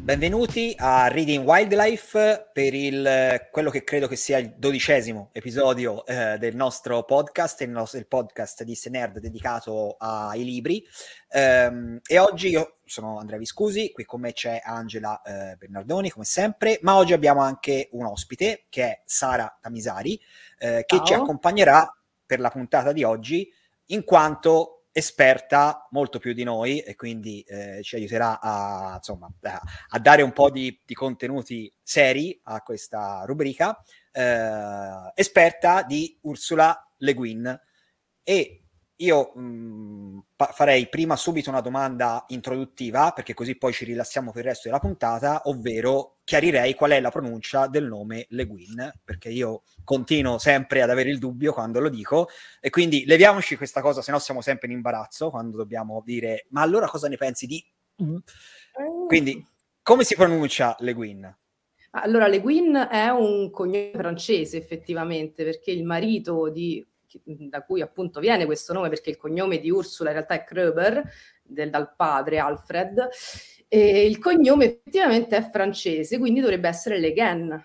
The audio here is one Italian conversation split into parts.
Benvenuti a Reading Wildlife per quello che credo che sia il 12° episodio del nostro podcast, il podcast di Senerd dedicato ai libri. E oggi io sono Andrea Viscusi, qui con me c'è Angela Bernardoni, come sempre, ma oggi abbiamo anche un ospite che è Sara Tamisari, che ci accompagnerà per la puntata di oggi, in quanto esperta molto più di noi e quindi ci aiuterà a dare un po' di contenuti seri a questa rubrica, esperta di Ursula Le Guin. E io farei prima subito una domanda introduttiva, perché così poi ci rilassiamo per il resto della puntata, ovvero chiarirei qual è la pronuncia del nome Le Guin, perché io continuo sempre ad avere il dubbio quando lo dico, e quindi leviamoci questa cosa, se no siamo sempre in imbarazzo quando dobbiamo dire ma allora cosa ne pensi di... Quindi come si pronuncia Le Guin? Allora, Le Guin è un cognome francese effettivamente, perché il marito da cui appunto viene questo nome, perché il cognome di Ursula in realtà è Kroeber, dal padre Alfred, e il cognome effettivamente è francese, quindi dovrebbe essere Le Guin.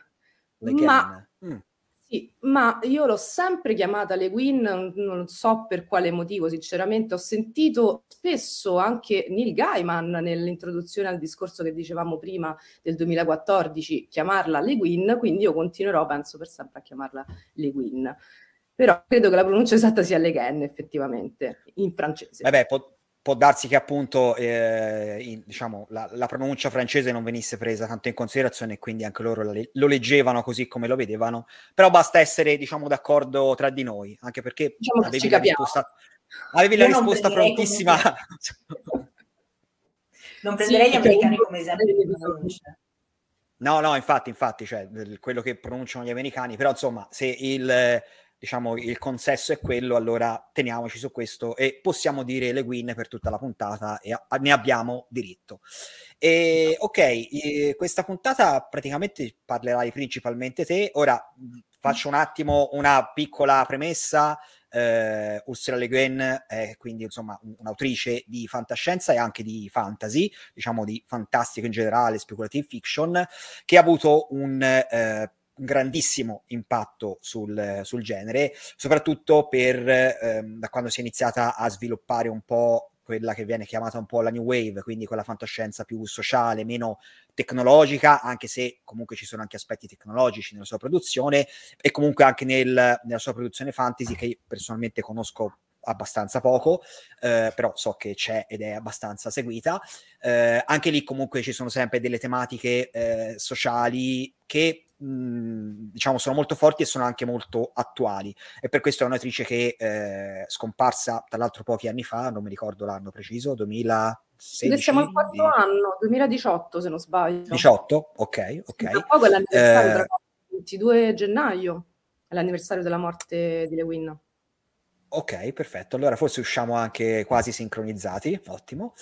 Sì, ma io l'ho sempre chiamata Le Guin, non so per quale motivo, sinceramente. Ho sentito spesso anche Neil Gaiman nell'introduzione al discorso che dicevamo prima del 2014 chiamarla Le Guin, quindi io continuerò, penso, per sempre a chiamarla Le Guin. Però credo che la pronuncia esatta sia Le Guin, effettivamente, in francese. Vabbè, può darsi che appunto diciamo, la pronuncia francese non venisse presa tanto in considerazione e quindi anche loro lo leggevano così come lo vedevano, però basta essere, diciamo, d'accordo tra di noi, anche perché diciamo avevi la risposta prontissima. Non prenderei gli americani come esempio di pronuncia. No, infatti, cioè, quello che pronunciano gli americani, però insomma, se il consesso è quello, allora teniamoci su questo e possiamo dire Le Guin per tutta la puntata e ne abbiamo diritto. Ok, questa puntata praticamente parlerai principalmente te. Ora faccio un attimo una piccola premessa. Ursula Le Guin è quindi insomma un'autrice di fantascienza e anche di fantasy, diciamo di fantastico in generale, speculative fiction, che ha avuto un grandissimo impatto sul genere, soprattutto da quando si è iniziata a sviluppare un po' quella che viene chiamata un po' la New Wave, quindi quella fantascienza più sociale, meno tecnologica, anche se comunque ci sono anche aspetti tecnologici nella sua produzione e comunque anche nella sua produzione fantasy, che personalmente conosco abbastanza poco, però so che c'è ed è abbastanza seguita. Anche lì comunque ci sono sempre delle tematiche sociali che diciamo sono molto forti e sono anche molto attuali, e per questo è un'autrice che è scomparsa tra l'altro pochi anni fa, non mi ricordo l'anno preciso, 2016? Siamo al quarto anno, 2018 se non sbaglio. 18? Ok. Tra poco è l'anniversario, 22 gennaio è l'anniversario della morte di Le Guin. Ok, perfetto. Allora forse usciamo anche quasi sincronizzati, ottimo.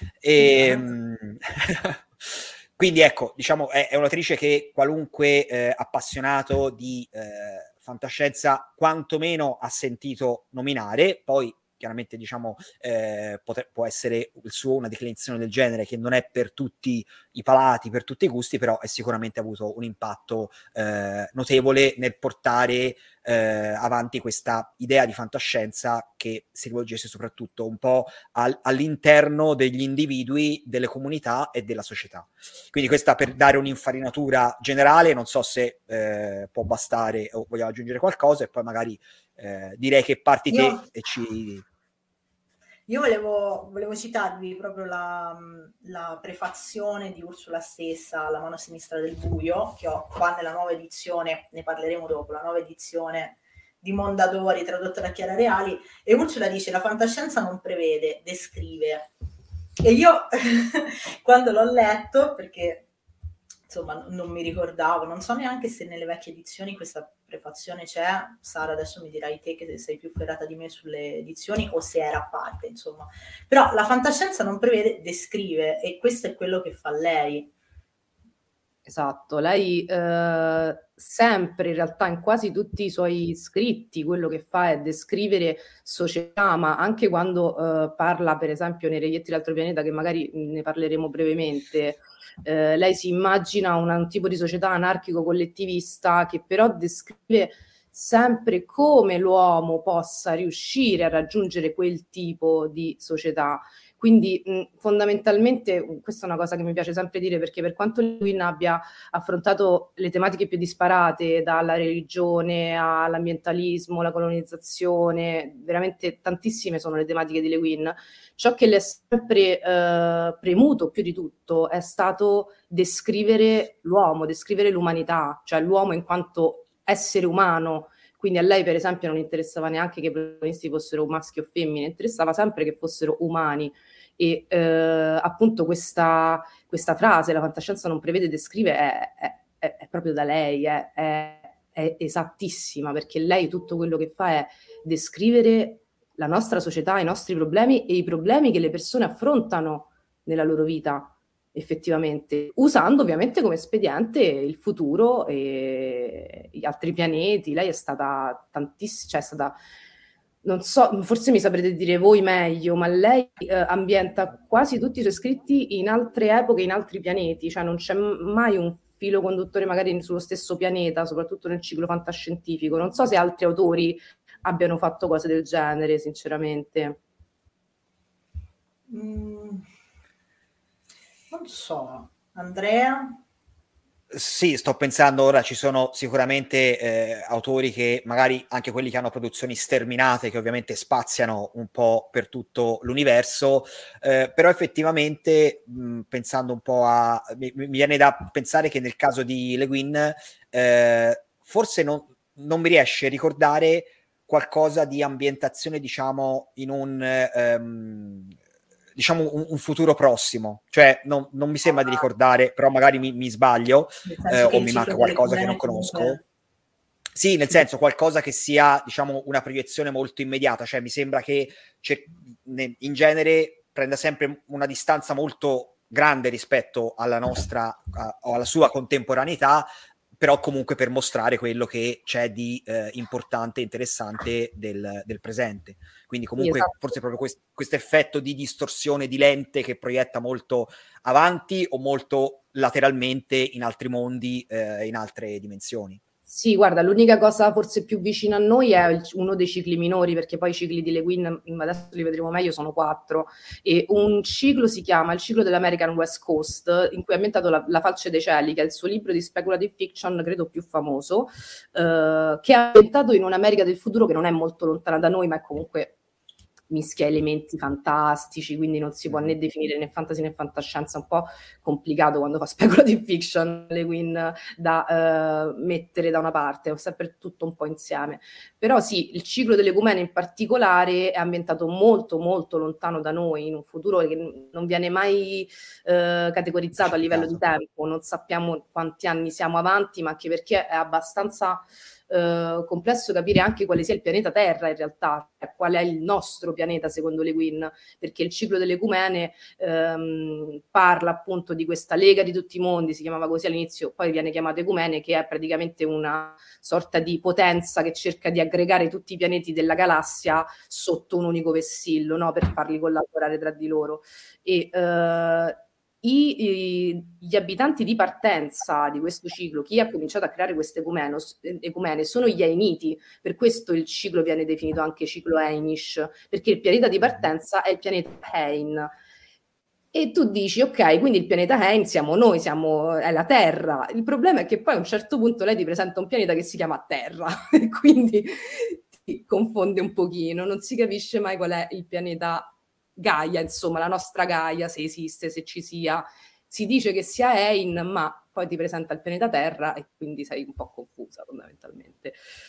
Quindi ecco, diciamo, è un'autrice che qualunque appassionato di fantascienza quantomeno ha sentito nominare, poi chiaramente diciamo può essere una declinazione del genere che non è per tutti i palati, per tutti i gusti, però è sicuramente avuto un impatto notevole nel portare avanti questa idea di fantascienza che si rivolgesse soprattutto un po' all'interno degli individui, delle comunità e della società. Quindi questa per dare un'infarinatura generale, non so se può bastare o vogliamo aggiungere qualcosa, e poi magari direi che parti te e ci... Io volevo citarvi proprio la prefazione di Ursula stessa, La mano sinistra del buio, che ho qua nella nuova edizione, ne parleremo dopo, la nuova edizione di Mondadori tradotta da Chiara Reali, e Ursula dice: la fantascienza non prevede, descrive. E io quando l'ho letto, perché insomma non mi ricordavo, non so neanche se nelle vecchie edizioni questa prefazione c'è, Sara adesso mi dirai te che sei più ferrata di me sulle edizioni, o se era a parte, insomma. Però la fantascienza non prevede, descrive, e questo è quello che fa lei. Esatto, lei sempre in realtà in quasi tutti i suoi scritti quello che fa è descrivere società, ma anche quando parla per esempio nei Reietti dell'altro pianeta, che magari ne parleremo brevemente, lei si immagina un tipo di società anarchico-collettivista che però descrive sempre come l'uomo possa riuscire a raggiungere quel tipo di società. Quindi fondamentalmente questa è una cosa che mi piace sempre dire, perché per quanto Le Guin abbia affrontato le tematiche più disparate, dalla religione all'ambientalismo, la colonizzazione, veramente tantissime sono le tematiche di Le Guin, ciò che le è sempre premuto più di tutto è stato descrivere l'uomo, descrivere l'umanità, cioè l'uomo in quanto essere umano. Quindi a lei per esempio non interessava neanche che i protagonisti fossero maschi o femmine, interessava sempre che fossero umani. E appunto questa frase, la fantascienza non prevede, descrive, è proprio da lei, è esattissima, perché lei tutto quello che fa è descrivere la nostra società, i nostri problemi e i problemi che le persone affrontano nella loro vita, effettivamente, usando ovviamente come espediente il futuro e gli altri pianeti. Lei è stata tantissima, cioè è stata, non so, forse mi saprete dire voi meglio, ma lei ambienta quasi tutti i suoi scritti in altre epoche, in altri pianeti, cioè non c'è mai un filo conduttore magari sullo stesso pianeta, soprattutto nel ciclo fantascientifico. Non so se altri autori abbiano fatto cose del genere, sinceramente. Non so, Andrea? Sì, sto pensando ora, ci sono sicuramente autori che magari anche quelli che hanno produzioni sterminate, che ovviamente spaziano un po' per tutto l'universo, però effettivamente pensando un po' mi viene da pensare che nel caso di Le Guin forse non mi riesce a ricordare qualcosa di ambientazione, diciamo, in un futuro prossimo, cioè non mi sembra di ricordare, però magari mi sbaglio o mi manca qualcosa che non conosco. Comunque... Sì, nel senso qualcosa che sia, diciamo, una proiezione molto immediata, cioè mi sembra che in genere prenda sempre una distanza molto grande rispetto alla nostra o alla sua contemporaneità, però comunque per mostrare quello che c'è di importante e interessante del presente. Quindi comunque esatto. Forse proprio questo effetto di distorsione di lente che proietta molto avanti o molto lateralmente in altri mondi, in altre dimensioni. Sì, guarda, l'unica cosa forse più vicina a noi è uno dei cicli minori, perché poi i cicli di Le Guin, adesso li vedremo meglio, sono 4, e un ciclo si chiama il ciclo dell'American West Coast, in cui è ambientato la Falce dei Cieli, che è il suo libro di speculative fiction, credo più famoso, che è ambientato in un'America del futuro che non è molto lontana da noi, ma è comunque mischia elementi fantastici, quindi non si può né definire né fantasy né fantascienza, un po' complicato quando fa speculative fiction Le Guin da mettere da una parte, è sempre tutto un po' insieme. Però sì, il ciclo delle Ecumene in particolare è ambientato molto molto lontano da noi, in un futuro che non viene mai categorizzato a livello di tempo, non sappiamo quanti anni siamo avanti, ma anche perché è abbastanza complesso capire anche quale sia il pianeta Terra in realtà, qual è il nostro pianeta secondo Le Guin, perché il ciclo delle Ecumene parla appunto di questa lega di tutti i mondi, si chiamava così all'inizio, poi viene chiamata Ecumene, che è praticamente una sorta di potenza che cerca di aggregare tutti i pianeti della galassia sotto un unico vessillo, no? Per farli collaborare tra di loro. E gli abitanti di partenza di questo ciclo, chi ha cominciato a creare queste ecumene, sono gli Ainiti, per questo il ciclo viene definito anche ciclo Hainish, perché il pianeta di partenza è il pianeta Hain. E tu dici, ok, quindi il pianeta Hain siamo noi, è la Terra. Il problema è che poi a un certo punto lei ti presenta un pianeta che si chiama Terra, e quindi ti confonde un pochino, non si capisce mai qual è il pianeta Gaia, insomma, la nostra Gaia, se esiste, se ci sia. Si dice che sia Hain, ma poi ti presenta il pianeta Terra e quindi sei un po' confusa fondamentalmente.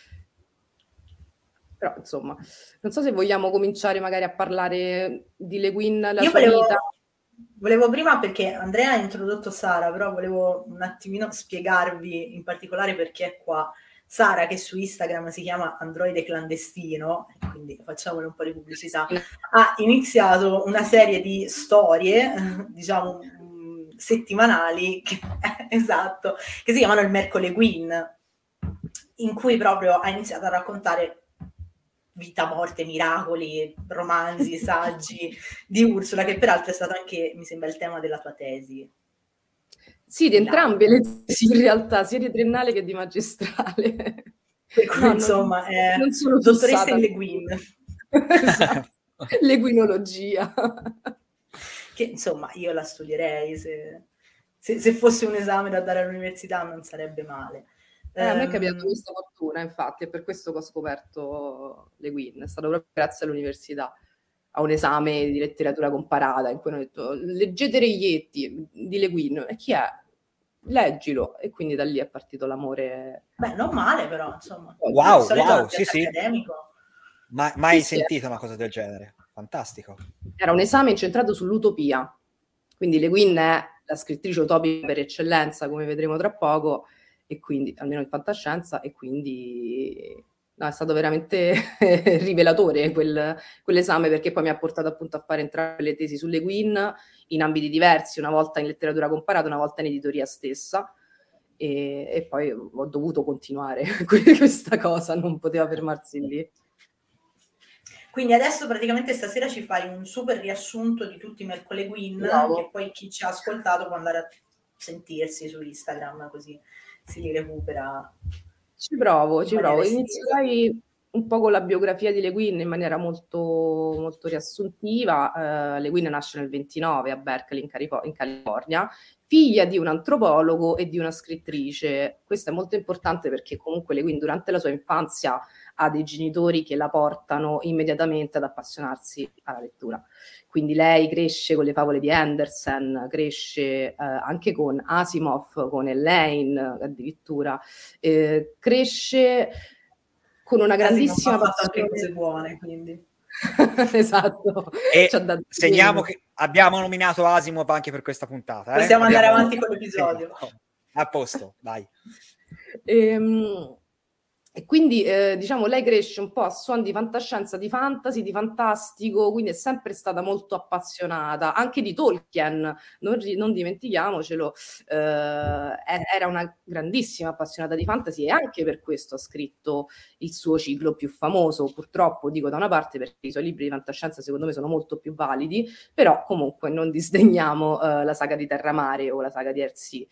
Però, insomma, non so se vogliamo cominciare magari a parlare di Le Guin, la sua vita. Volevo prima, perché Andrea ha introdotto Sara, però volevo un attimino spiegarvi in particolare perché è qua. Sara, che su Instagram si chiama Androide Clandestino, quindi facciamole un po' di pubblicità, ha iniziato una serie di storie, diciamo settimanali, esatto, che si chiamano il Mercoledì Queen, in cui proprio ha iniziato a raccontare vita, morte, miracoli, romanzi, saggi di Ursula, che peraltro è stato anche, mi sembra, il tema della tua tesi. Sì, di entrambe le tesi in realtà, sia di triennale che di magistrale. Per cui, insomma, non sono dottoressa in Leguin. Esatto. L'equinologia. Che, insomma, io la studierei, se fosse un esame da dare all'università non sarebbe male. A me è capitato questa fortuna, infatti, è per questo che ho scoperto Leguin, è stato proprio grazie all'università, a un esame di letteratura comparata, in cui hanno detto leggete Reietti di Leguin, e chi è? Leggilo, e quindi da lì è partito l'amore. Beh, non male però, insomma. Wow, sì. Accademico. Mai sentito una cosa del genere, fantastico. Era un esame incentrato sull'utopia, quindi Leguin è la scrittrice utopica per eccellenza, come vedremo tra poco, e quindi, almeno in fantascienza, e quindi no, è stato veramente rivelatore quell'esame, perché poi mi ha portato appunto a fare entrambe le tesi su Leguin in ambiti diversi, una volta in letteratura comparata, una volta in editoria stessa, e poi ho dovuto continuare questa cosa, non poteva fermarsi lì. Quindi adesso praticamente stasera ci fai un super riassunto di tutti i Mercoledì Queen, che poi chi ci ha ascoltato può andare a sentirsi su Instagram, così si li recupera. Ci provo. Inizierai un po' con la biografia di Leguin in maniera molto, molto riassuntiva. Leguin nasce nel 29 a Berkeley, in California, figlia di un antropologo e di una scrittrice. Questo è molto importante perché comunque Leguin durante la sua infanzia ha dei genitori che la portano immediatamente ad appassionarsi alla lettura. Quindi lei cresce con le favole di Andersen, cresce anche con Asimov, con Elaine addirittura, cresce con una grandissima passione. Cose buone, quindi. Esatto. E segniamo che abbiamo nominato Asimov anche per questa puntata. Possiamo andare avanti con l'episodio. A posto, vai. E quindi diciamo lei cresce un po' a suon di fantascienza, di fantasy, di fantastico, quindi è sempre stata molto appassionata anche di Tolkien, non dimentichiamocelo, era una grandissima appassionata di fantasy e anche per questo ha scritto il suo ciclo più famoso, purtroppo dico da una parte perché i suoi libri di fantascienza secondo me sono molto più validi, però comunque non disdegniamo la saga di Terramare o la saga di Earthsea.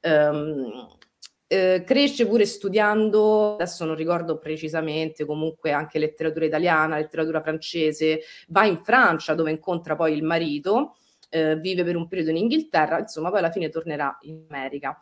Cresce pure studiando, adesso non ricordo precisamente, comunque anche letteratura italiana, letteratura francese, va in Francia dove incontra poi il marito, vive per un periodo in Inghilterra, insomma poi alla fine tornerà in America.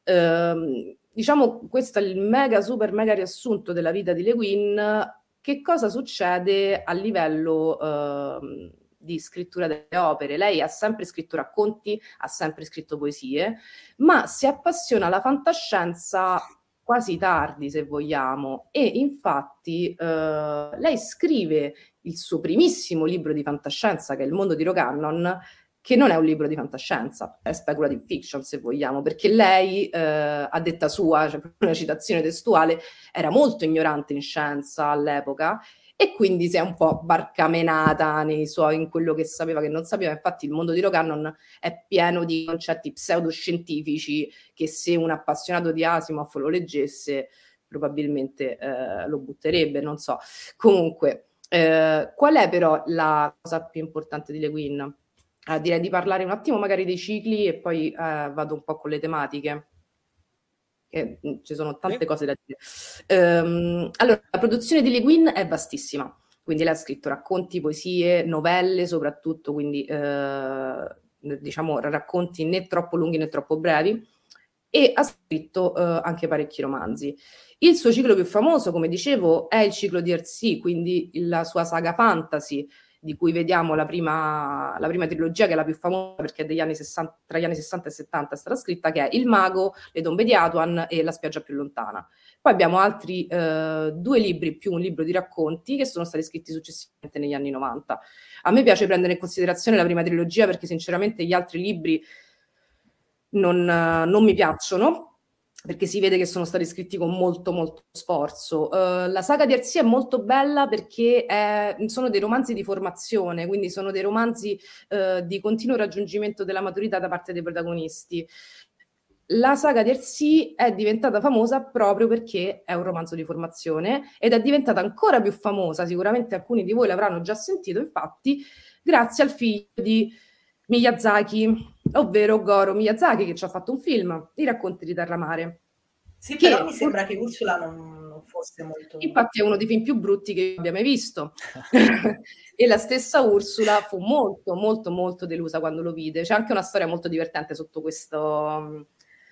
Diciamo questo è il super mega riassunto della vita di Leguin. Che cosa succede a livello di scrittura delle opere? Lei ha sempre scritto racconti, ha sempre scritto poesie, ma si appassiona alla fantascienza quasi tardi, se vogliamo, e infatti lei scrive il suo primissimo libro di fantascienza, che è Il mondo di Rogannon, che non è un libro di fantascienza, è speculative fiction, se vogliamo, perché lei, a detta sua, cioè una citazione testuale, era molto ignorante in scienza all'epoca, e quindi si è un po' barcamenata in quello che sapeva, che non sapeva. Infatti il mondo di Rogannon è pieno di concetti pseudoscientifici che se un appassionato di Asimov lo leggesse probabilmente lo butterebbe, non so. Comunque, qual è però la cosa più importante di Leguin? Direi di parlare un attimo magari dei cicli e poi vado un po' con le tematiche. Ci sono tante cose da dire. Allora, la produzione di Leguin è vastissima, quindi lei ha scritto racconti, poesie, novelle soprattutto, quindi diciamo racconti né troppo lunghi né troppo brevi, e ha scritto anche parecchi romanzi. Il suo ciclo più famoso, come dicevo, è il ciclo di Earthsea, quindi la sua saga fantasy, di cui vediamo la prima trilogia, che è la più famosa perché è degli anni 60, tra gli anni 60 e 70 è stata scritta, che è Il Mago, Le tombe di Atuan e La spiaggia più lontana. Poi abbiamo altri 2 libri più un libro di racconti che sono stati scritti successivamente negli anni 90. A me piace prendere in considerazione la prima trilogia perché sinceramente gli altri libri non mi piacciono. perché si vede che sono stati scritti con molto molto sforzo. La saga di Arsia è molto bella perché sono dei romanzi di formazione, quindi sono dei romanzi di continuo raggiungimento della maturità da parte dei protagonisti. La saga di Arsia è diventata famosa proprio perché è un romanzo di formazione ed è diventata ancora più famosa, sicuramente alcuni di voi l'avranno già sentito, infatti, grazie al figlio di Miyazaki, ovvero Goro Miyazaki, che ci ha fatto un film, I racconti di Terramare. Sì, però mi sembra che Ursula non fosse molto... Infatti è uno dei film più brutti che abbia mai visto. E la stessa Ursula fu molto, molto, molto delusa quando lo vide. C'è anche una storia molto divertente sotto questo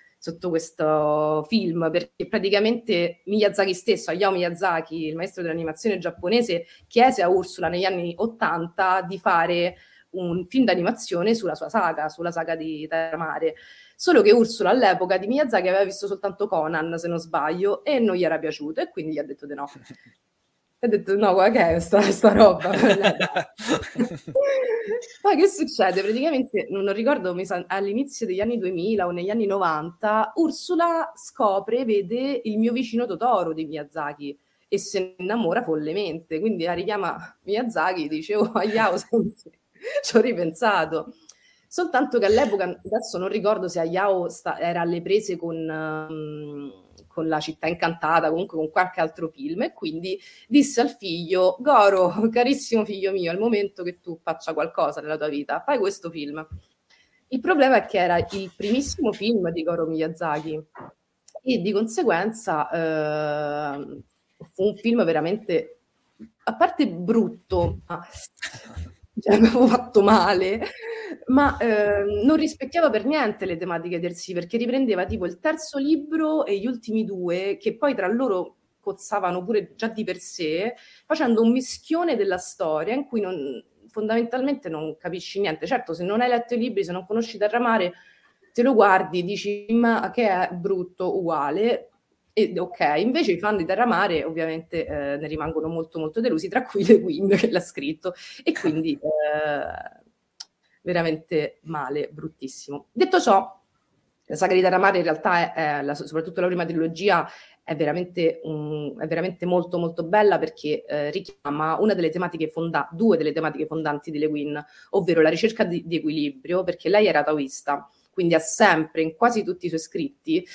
film, perché praticamente Miyazaki stesso, Hayao Miyazaki, il maestro dell'animazione giapponese, chiese a Ursula negli anni 80 di fare un film d'animazione sulla sua saga, sulla saga di Terramare. Solo che Ursula all'epoca di Miyazaki aveva visto soltanto Conan, se non sbaglio, e non gli era piaciuto, e quindi gli ha detto di no. Ha detto no, guarda che è sta roba. Poi che succede? Praticamente, non ricordo, all'inizio degli anni 2000 o negli anni 90, Ursula vede il mio vicino Totoro di Miyazaki e se ne innamora follemente, quindi la richiama Miyazaki, dice oh Hayao, senti, ci ho ripensato. Soltanto che all'epoca, adesso non ricordo se Hayao era alle prese con La città incantata, comunque con qualche altro film, e quindi disse al figlio: Goro, carissimo figlio mio, è il momento che tu faccia qualcosa nella tua vita, fai questo film. Il problema è che era il primissimo film di Goro Miyazaki e di conseguenza fu un film veramente, a parte brutto, cioè, avevo fatto male, ma non rispecchiava per niente le tematiche del sì, perché riprendeva tipo il terzo libro e gli ultimi due, che poi tra loro cozzavano pure già di per sé, facendo un mischione della storia in cui fondamentalmente non capisci niente. Certo, se non hai letto i libri, se non conosci Terramare, te lo guardi, dici ma che è brutto, uguale. Ok, invece i fan di Terramare ovviamente ne rimangono molto molto delusi, tra cui Le Guin che l'ha scritto, e quindi veramente male, bruttissimo. Detto ciò, la saga di Terramare in realtà soprattutto la prima trilogia è veramente molto molto bella perché richiama due delle tematiche fondanti di Le Guin, ovvero la ricerca di equilibrio, perché lei era taoista, quindi ha sempre in quasi tutti i suoi scritti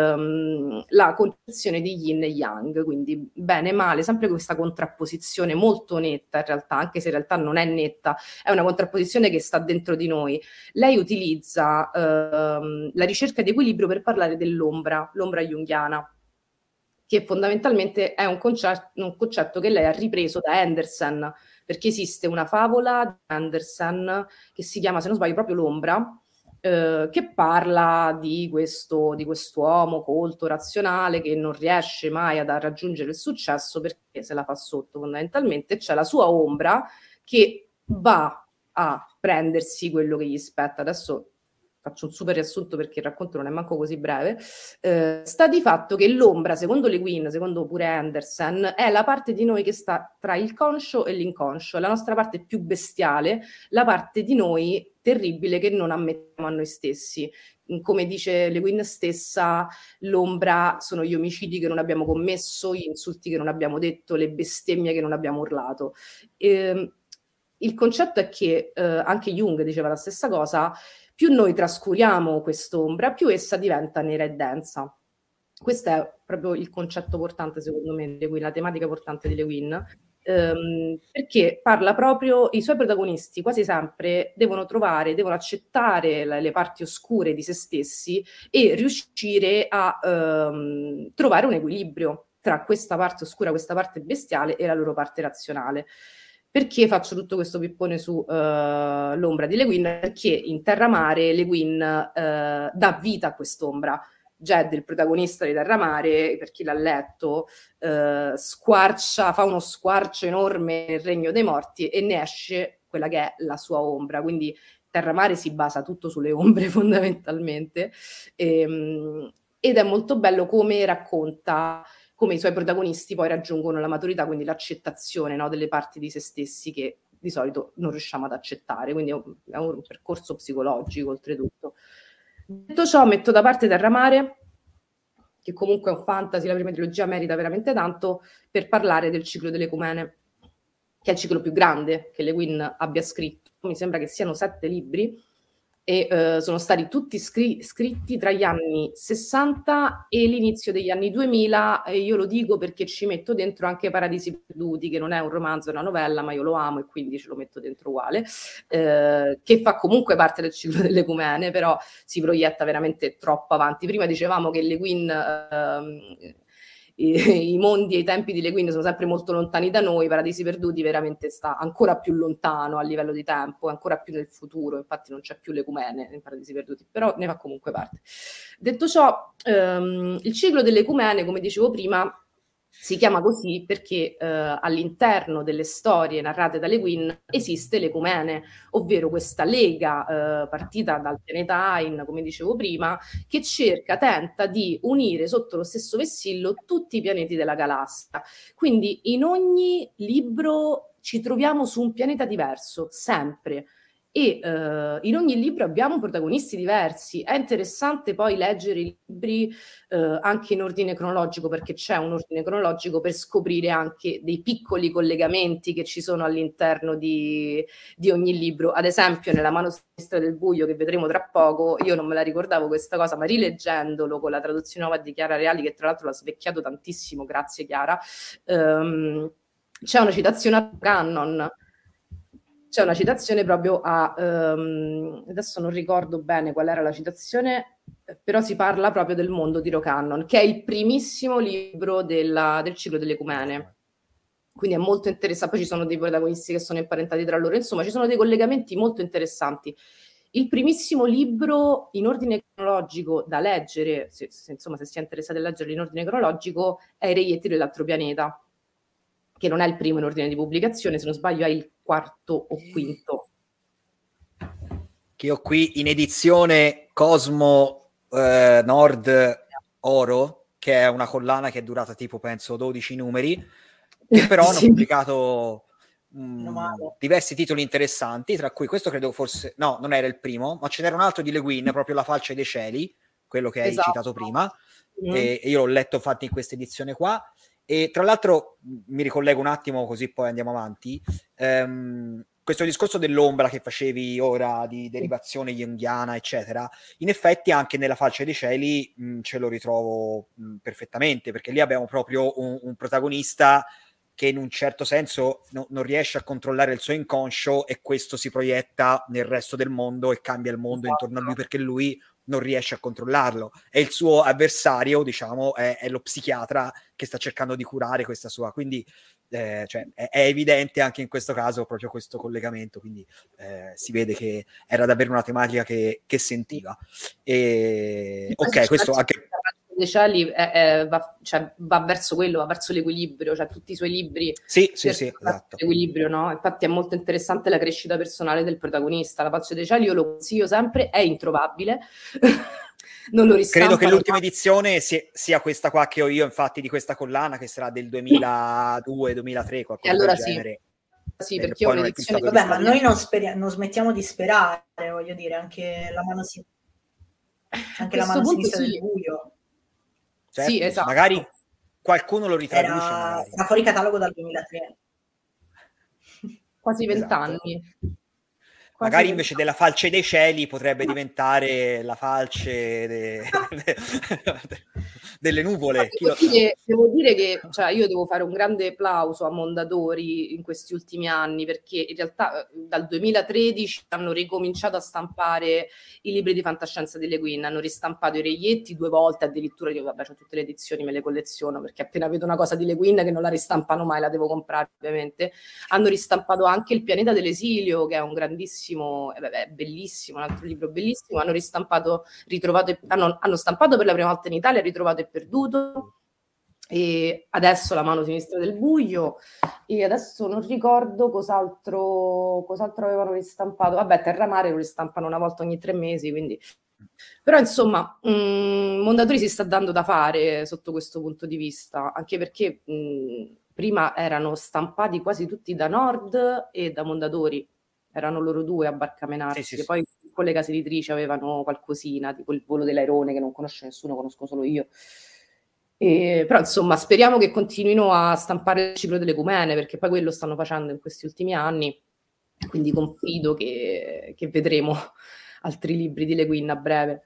la concezione di yin e yang, quindi bene e male, sempre questa contrapposizione molto netta in realtà, anche se in realtà non è netta, è una contrapposizione che sta dentro di noi. Lei utilizza la ricerca di equilibrio per parlare l'ombra junghiana, che fondamentalmente è un concetto che lei ha ripreso da Andersen, perché esiste una favola di Andersen che si chiama, se non sbaglio, proprio L'ombra, che parla di quest'uomo colto, razionale, che non riesce mai ad raggiungere il successo perché se la fa sotto fondamentalmente. C'è la sua ombra che va a prendersi quello che gli spetta. Adesso faccio un super riassunto perché il racconto non è manco così breve. Sta di fatto che l'ombra, secondo Le Guin, secondo pure Andersen, è la parte di noi che sta tra il conscio e l'inconscio, la nostra parte più bestiale, la parte di noi terribile che non ammettiamo a noi stessi. Come dice Le Guin stessa, l'ombra sono gli omicidi che non abbiamo commesso, gli insulti che non abbiamo detto, le bestemmie che non abbiamo urlato. Il concetto è che anche Jung diceva la stessa cosa: più noi trascuriamo quest'ombra, più essa diventa nera e densa. Questo è proprio il concetto portante, secondo me, di la tematica portante di Le Guin, perché parla proprio, i suoi protagonisti quasi sempre devono accettare le parti oscure di se stessi e riuscire a trovare un equilibrio tra questa parte oscura, questa parte bestiale e la loro parte razionale. Perché faccio tutto questo pippone su l'ombra di Le Guin? Perché in Terramare Le Guin dà vita a quest'ombra. Jed, il protagonista di Terramare, per chi l'ha letto, fa uno squarcio enorme nel regno dei morti e ne esce quella che è la sua ombra. Quindi Terramare si basa tutto sulle ombre fondamentalmente, ed è molto bello come racconta come i suoi protagonisti poi raggiungono la maturità, quindi l'accettazione, no, delle parti di se stessi che di solito non riusciamo ad accettare, quindi è un percorso psicologico oltretutto. Detto ciò, metto da parte Terramare che comunque è un fantasy, la prima trilogia merita veramente tanto, per parlare del ciclo dell'Ecumene, che è il ciclo più grande che Le Guin abbia scritto. Mi sembra che siano 7 libri e sono stati tutti scritti tra gli anni 60 e l'inizio degli anni 2000, e io lo dico perché ci metto dentro anche Paradisi Perduti, che non è un romanzo, è una novella, ma io lo amo e quindi ce lo metto dentro uguale, che fa comunque parte del ciclo dell'Ecumene, però si proietta veramente troppo avanti. Prima dicevamo che Le Guin i mondi e i tempi di Le Guin sono sempre molto lontani da noi. Paradisi Perduti veramente sta ancora più lontano a livello di tempo, ancora più nel futuro, infatti non c'è più l'Ecumene in Paradisi Perduti, però ne fa comunque parte. Detto ciò, il ciclo dell'Ecumene, come dicevo prima, si chiama così perché all'interno delle storie narrate da Le Guin esiste l'Ecumene, ovvero questa lega partita dal pianeta Ain, come dicevo prima, che tenta di unire sotto lo stesso vessillo tutti i pianeti della galassia. Quindi in ogni libro ci troviamo su un pianeta diverso, sempre. E in ogni libro abbiamo protagonisti diversi. È interessante poi leggere i libri anche in ordine cronologico, perché c'è un ordine cronologico per scoprire anche dei piccoli collegamenti che ci sono all'interno di ogni libro. Ad esempio nella Mano sinistra del buio, che vedremo tra poco, io non me la ricordavo questa cosa, ma rileggendolo con la traduzione nuova di Chiara Reali, che tra l'altro l'ha svecchiato tantissimo, grazie Chiara, c'è una citazione a Cannon. C'è una citazione proprio adesso non ricordo bene qual era la citazione, però si parla proprio del mondo di Rocannon, che è il primissimo libro del ciclo dell'Ecumene. Quindi è molto interessante. Poi ci sono dei protagonisti che sono imparentati tra loro, insomma ci sono dei collegamenti molto interessanti. Il primissimo libro in ordine cronologico da leggere, se si è interessati a leggerlo in ordine cronologico, è I Reietti dell'altro pianeta, che non è il primo in ordine di pubblicazione, se non sbaglio è il quarto o quinto. Che ho qui in edizione Cosmo Nord Oro, che è una collana che è durata tipo penso 12 numeri, che però hanno pubblicato diversi titoli interessanti, tra cui questo credo forse, no, non era il primo, ma ce n'era un altro di Le Guin, proprio La falce dei cieli, quello che hai citato prima, e io l'ho letto infatti in questa edizione qua. E tra l'altro mi ricollego un attimo così poi andiamo avanti, questo discorso dell'ombra che facevi ora di derivazione junghiana eccetera, in effetti anche nella falce dei cieli ce lo ritrovo perfettamente, perché lì abbiamo proprio un protagonista che in un certo senso non riesce a controllare il suo inconscio, e questo si proietta nel resto del mondo e cambia il mondo intorno a lui, perché lui non riesce a controllarlo, e il suo avversario, diciamo, è lo psichiatra che sta cercando di curare questa sua, quindi cioè, è evidente anche in questo caso proprio questo collegamento, quindi si vede che era davvero una tematica che sentiva. E ok, questo anche dei cieli va verso quello, va verso l'equilibrio, cioè tutti i suoi libri sì, esatto. L'equilibrio, no? Infatti è molto interessante la crescita personale del protagonista. La falce dei cieli io lo consiglio sempre, è introvabile. Non lo ristampano. Credo che l'ultima edizione sia questa qua che ho io, infatti, di questa collana, che sarà del 2002-2003, qualcosa allora del genere. Sì, perché poi un'edizione... Vabbè, ma noi non smettiamo di sperare, voglio dire, anche la mano sinistra del buio. Certo, sì, esatto. Magari qualcuno lo ritraduce. Era fuori catalogo dal 2003. Quasi 20 anni. Magari invece della falce dei cieli potrebbe diventare la falce delle nuvole. Devo dire che io devo fare un grande applauso a Mondadori in questi ultimi anni, perché in realtà dal 2013 hanno ricominciato a stampare i libri di fantascienza di Le Guin, hanno ristampato I Reietti 2 volte, addirittura io ho tutte le edizioni, me le colleziono, perché appena vedo una cosa di Le Guin che non la ristampano mai, la devo comprare ovviamente. Hanno ristampato anche Il pianeta dell'esilio, che è un grandissimo, è bellissimo, un altro libro bellissimo. Hanno ristampato, hanno stampato per la prima volta in Italia Ritrovato e perduto, e adesso La mano sinistra del buio, e adesso non ricordo cos'altro avevano ristampato. Vabbè, Terramare lo ristampano una volta ogni 3 mesi, quindi... Però insomma Mondadori si sta dando da fare sotto questo punto di vista, anche perché prima erano stampati quasi tutti da Nord e da Mondadori, erano loro due a barcamenarsi, sì. Che poi con le case editrici avevano qualcosina, tipo Il volo dell'airone, che non conosce nessuno, conosco solo io, Però insomma speriamo che continuino a stampare il ciclo delle ecumene, perché poi quello stanno facendo in questi ultimi anni, quindi confido che vedremo altri libri di Le Guin a breve.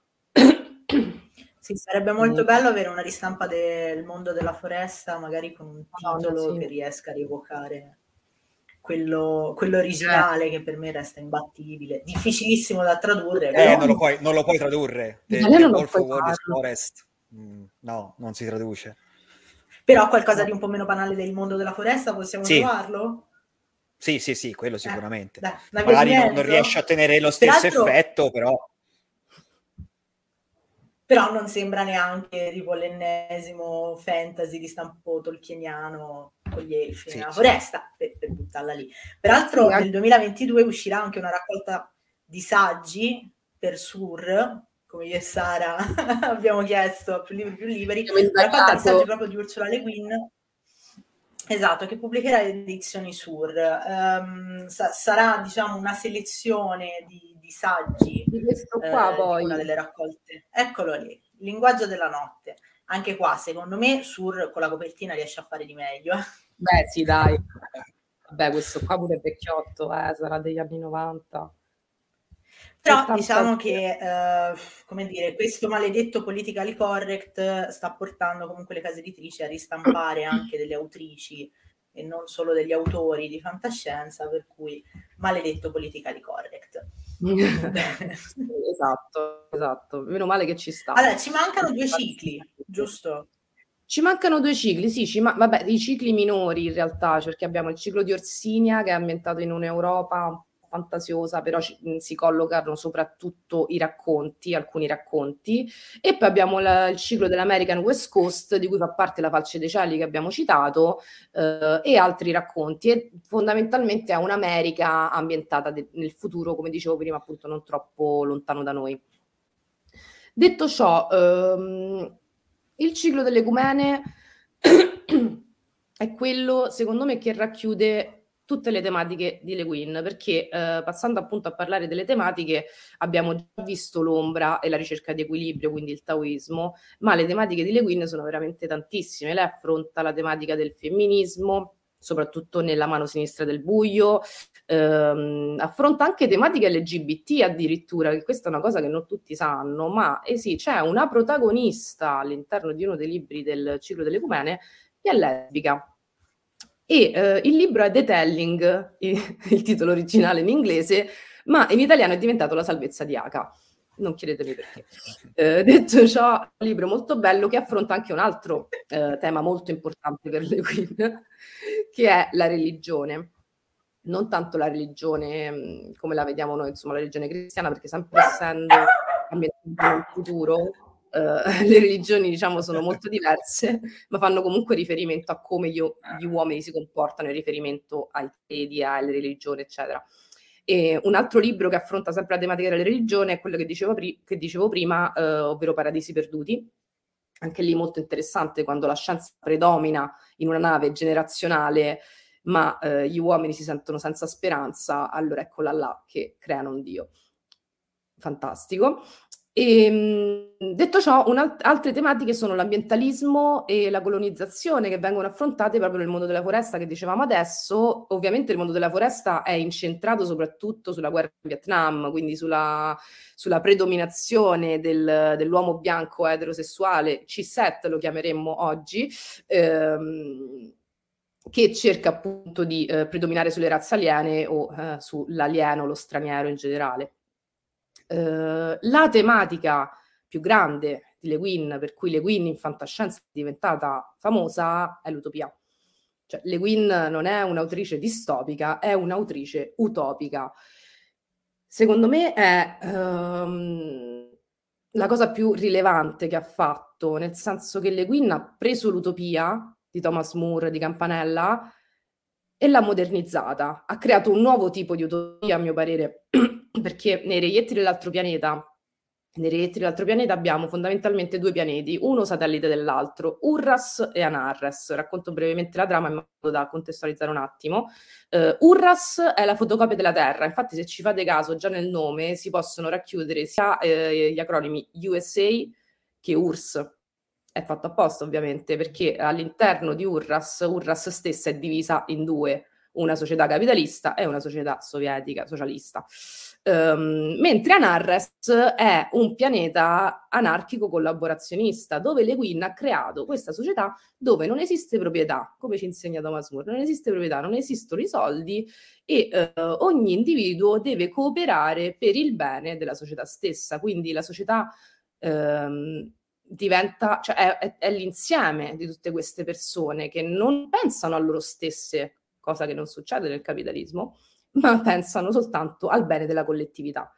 Sì, sarebbe molto bello avere una ristampa del mondo della foresta, magari con un titolo che riesca a rievocare quello originale, che per me resta imbattibile, difficilissimo da tradurre. Però... non lo puoi tradurre. The Wolf of Wall Forest. No, non si traduce. Però qualcosa di un po' meno banale del mondo della foresta possiamo trovarlo? Sì, quello sicuramente. Dai, magari non riesce a tenere lo stesso effetto, però non sembra neanche tipo l'ennesimo fantasy di stampo tolkieniano con gli elfi nella foresta, per buttarla lì. Peraltro nel 2022 uscirà anche una raccolta di saggi per Sur, come io e Sara abbiamo chiesto, più liberi, una raccolta di saggi proprio di Ursula Le Guin, esatto, che pubblicherà le edizioni Sur. Sarà, diciamo, una selezione di saggi di questo qua, poi una delle raccolte. Eccolo lì, Il linguaggio della notte. Anche qua, secondo me, Sur con la copertina riesce a fare di meglio. Beh, sì, dai. Vabbè, questo qua pure è vecchiotto, sarà degli anni 90. Però diciamo che, come dire, questo maledetto politically correct sta portando comunque le case editrici a ristampare anche delle autrici e non solo degli autori di fantascienza, per cui maledetto politically correct. Esatto. Meno male che ci sta. Allora, ci mancano 2 cicli, giusto? Ci mancano 2 cicli, sì, vabbè, i cicli minori in realtà, perché abbiamo il ciclo di Orsinia che è ambientato in un'Europa fantasiosa, però si collocano soprattutto alcuni racconti, e poi abbiamo il ciclo dell'American West Coast, di cui fa parte La Falce dei Cieli che abbiamo citato, e altri racconti, e fondamentalmente è un'America ambientata nel futuro, come dicevo prima, appunto non troppo lontano da noi. Detto ciò, il ciclo delle ecumene è quello, secondo me, che racchiude tutte le tematiche di Le Guin, perché passando appunto a parlare delle tematiche, abbiamo già visto l'ombra e la ricerca di equilibrio, quindi il taoismo, ma le tematiche di Le Guin sono veramente tantissime. Lei affronta la tematica del femminismo, soprattutto nella mano sinistra del buio, affronta anche tematiche LGBT addirittura, che questa è una cosa che non tutti sanno, ma sì, c'è una protagonista all'interno di uno dei libri del ciclo delle ecumene che è lesbica. E il libro è The Telling, il titolo originale in inglese, ma in italiano è diventato La salvezza di Aka. Non chiedetemi perché. Detto ciò, è un libro molto bello che affronta anche un altro tema molto importante per Le Guin, che è la religione. Non tanto la religione come la vediamo noi, insomma, la religione cristiana, perché sempre essendo ambientata nel futuro, le religioni, diciamo, sono molto diverse, ma fanno comunque riferimento a come gli uomini si comportano in riferimento ai fedi, alle religioni, eccetera. E un altro libro che affronta sempre la tematica della religione è quello che dicevo prima, ovvero Paradisi perduti. Anche lì molto interessante, quando la scienza predomina in una nave generazionale, ma gli uomini si sentono senza speranza, allora eccola là che creano un dio. Fantastico. E, detto ciò, altre tematiche sono l'ambientalismo e la colonizzazione, che vengono affrontate proprio nel mondo della foresta che dicevamo adesso. Ovviamente il mondo della foresta è incentrato soprattutto sulla guerra in Vietnam, quindi sulla predominazione dell'uomo bianco eterosessuale, cis-het lo chiameremmo oggi, che cerca appunto di predominare sulle razze aliene o sull'alieno, lo straniero in generale. La tematica più grande di Le Guin, per cui Le Guin in fantascienza è diventata famosa, è l'utopia. Cioè, Le Guin non è un'autrice distopica, è un'autrice utopica. Secondo me è la cosa più rilevante che ha fatto, nel senso che Le Guin ha preso l'utopia di Thomas More, di Campanella, e l'ha modernizzata. Ha creato un nuovo tipo di utopia, a mio parere, perché nei Reietti dell'altro pianeta abbiamo fondamentalmente 2 pianeti, uno satellite dell'altro, Urras e Anarres. Racconto brevemente la trama in modo da contestualizzare un attimo. Urras è la fotocopia della Terra, infatti se ci fate caso già nel nome si possono racchiudere sia gli acronimi USA che URSS. è fatto apposta ovviamente, perché all'interno di Urras stessa è divisa in due, una società capitalista e una società sovietica, socialista. Mentre Anarres è un pianeta anarchico collaborazionista, dove Le Guin ha creato questa società dove non esiste proprietà, come ci insegna Thomas More, non esiste proprietà, non esistono i soldi e ogni individuo deve cooperare per il bene della società stessa, quindi la società diventa, cioè è l'insieme di tutte queste persone che non pensano a loro stesse, cosa che non succede nel capitalismo, ma pensano soltanto al bene della collettività.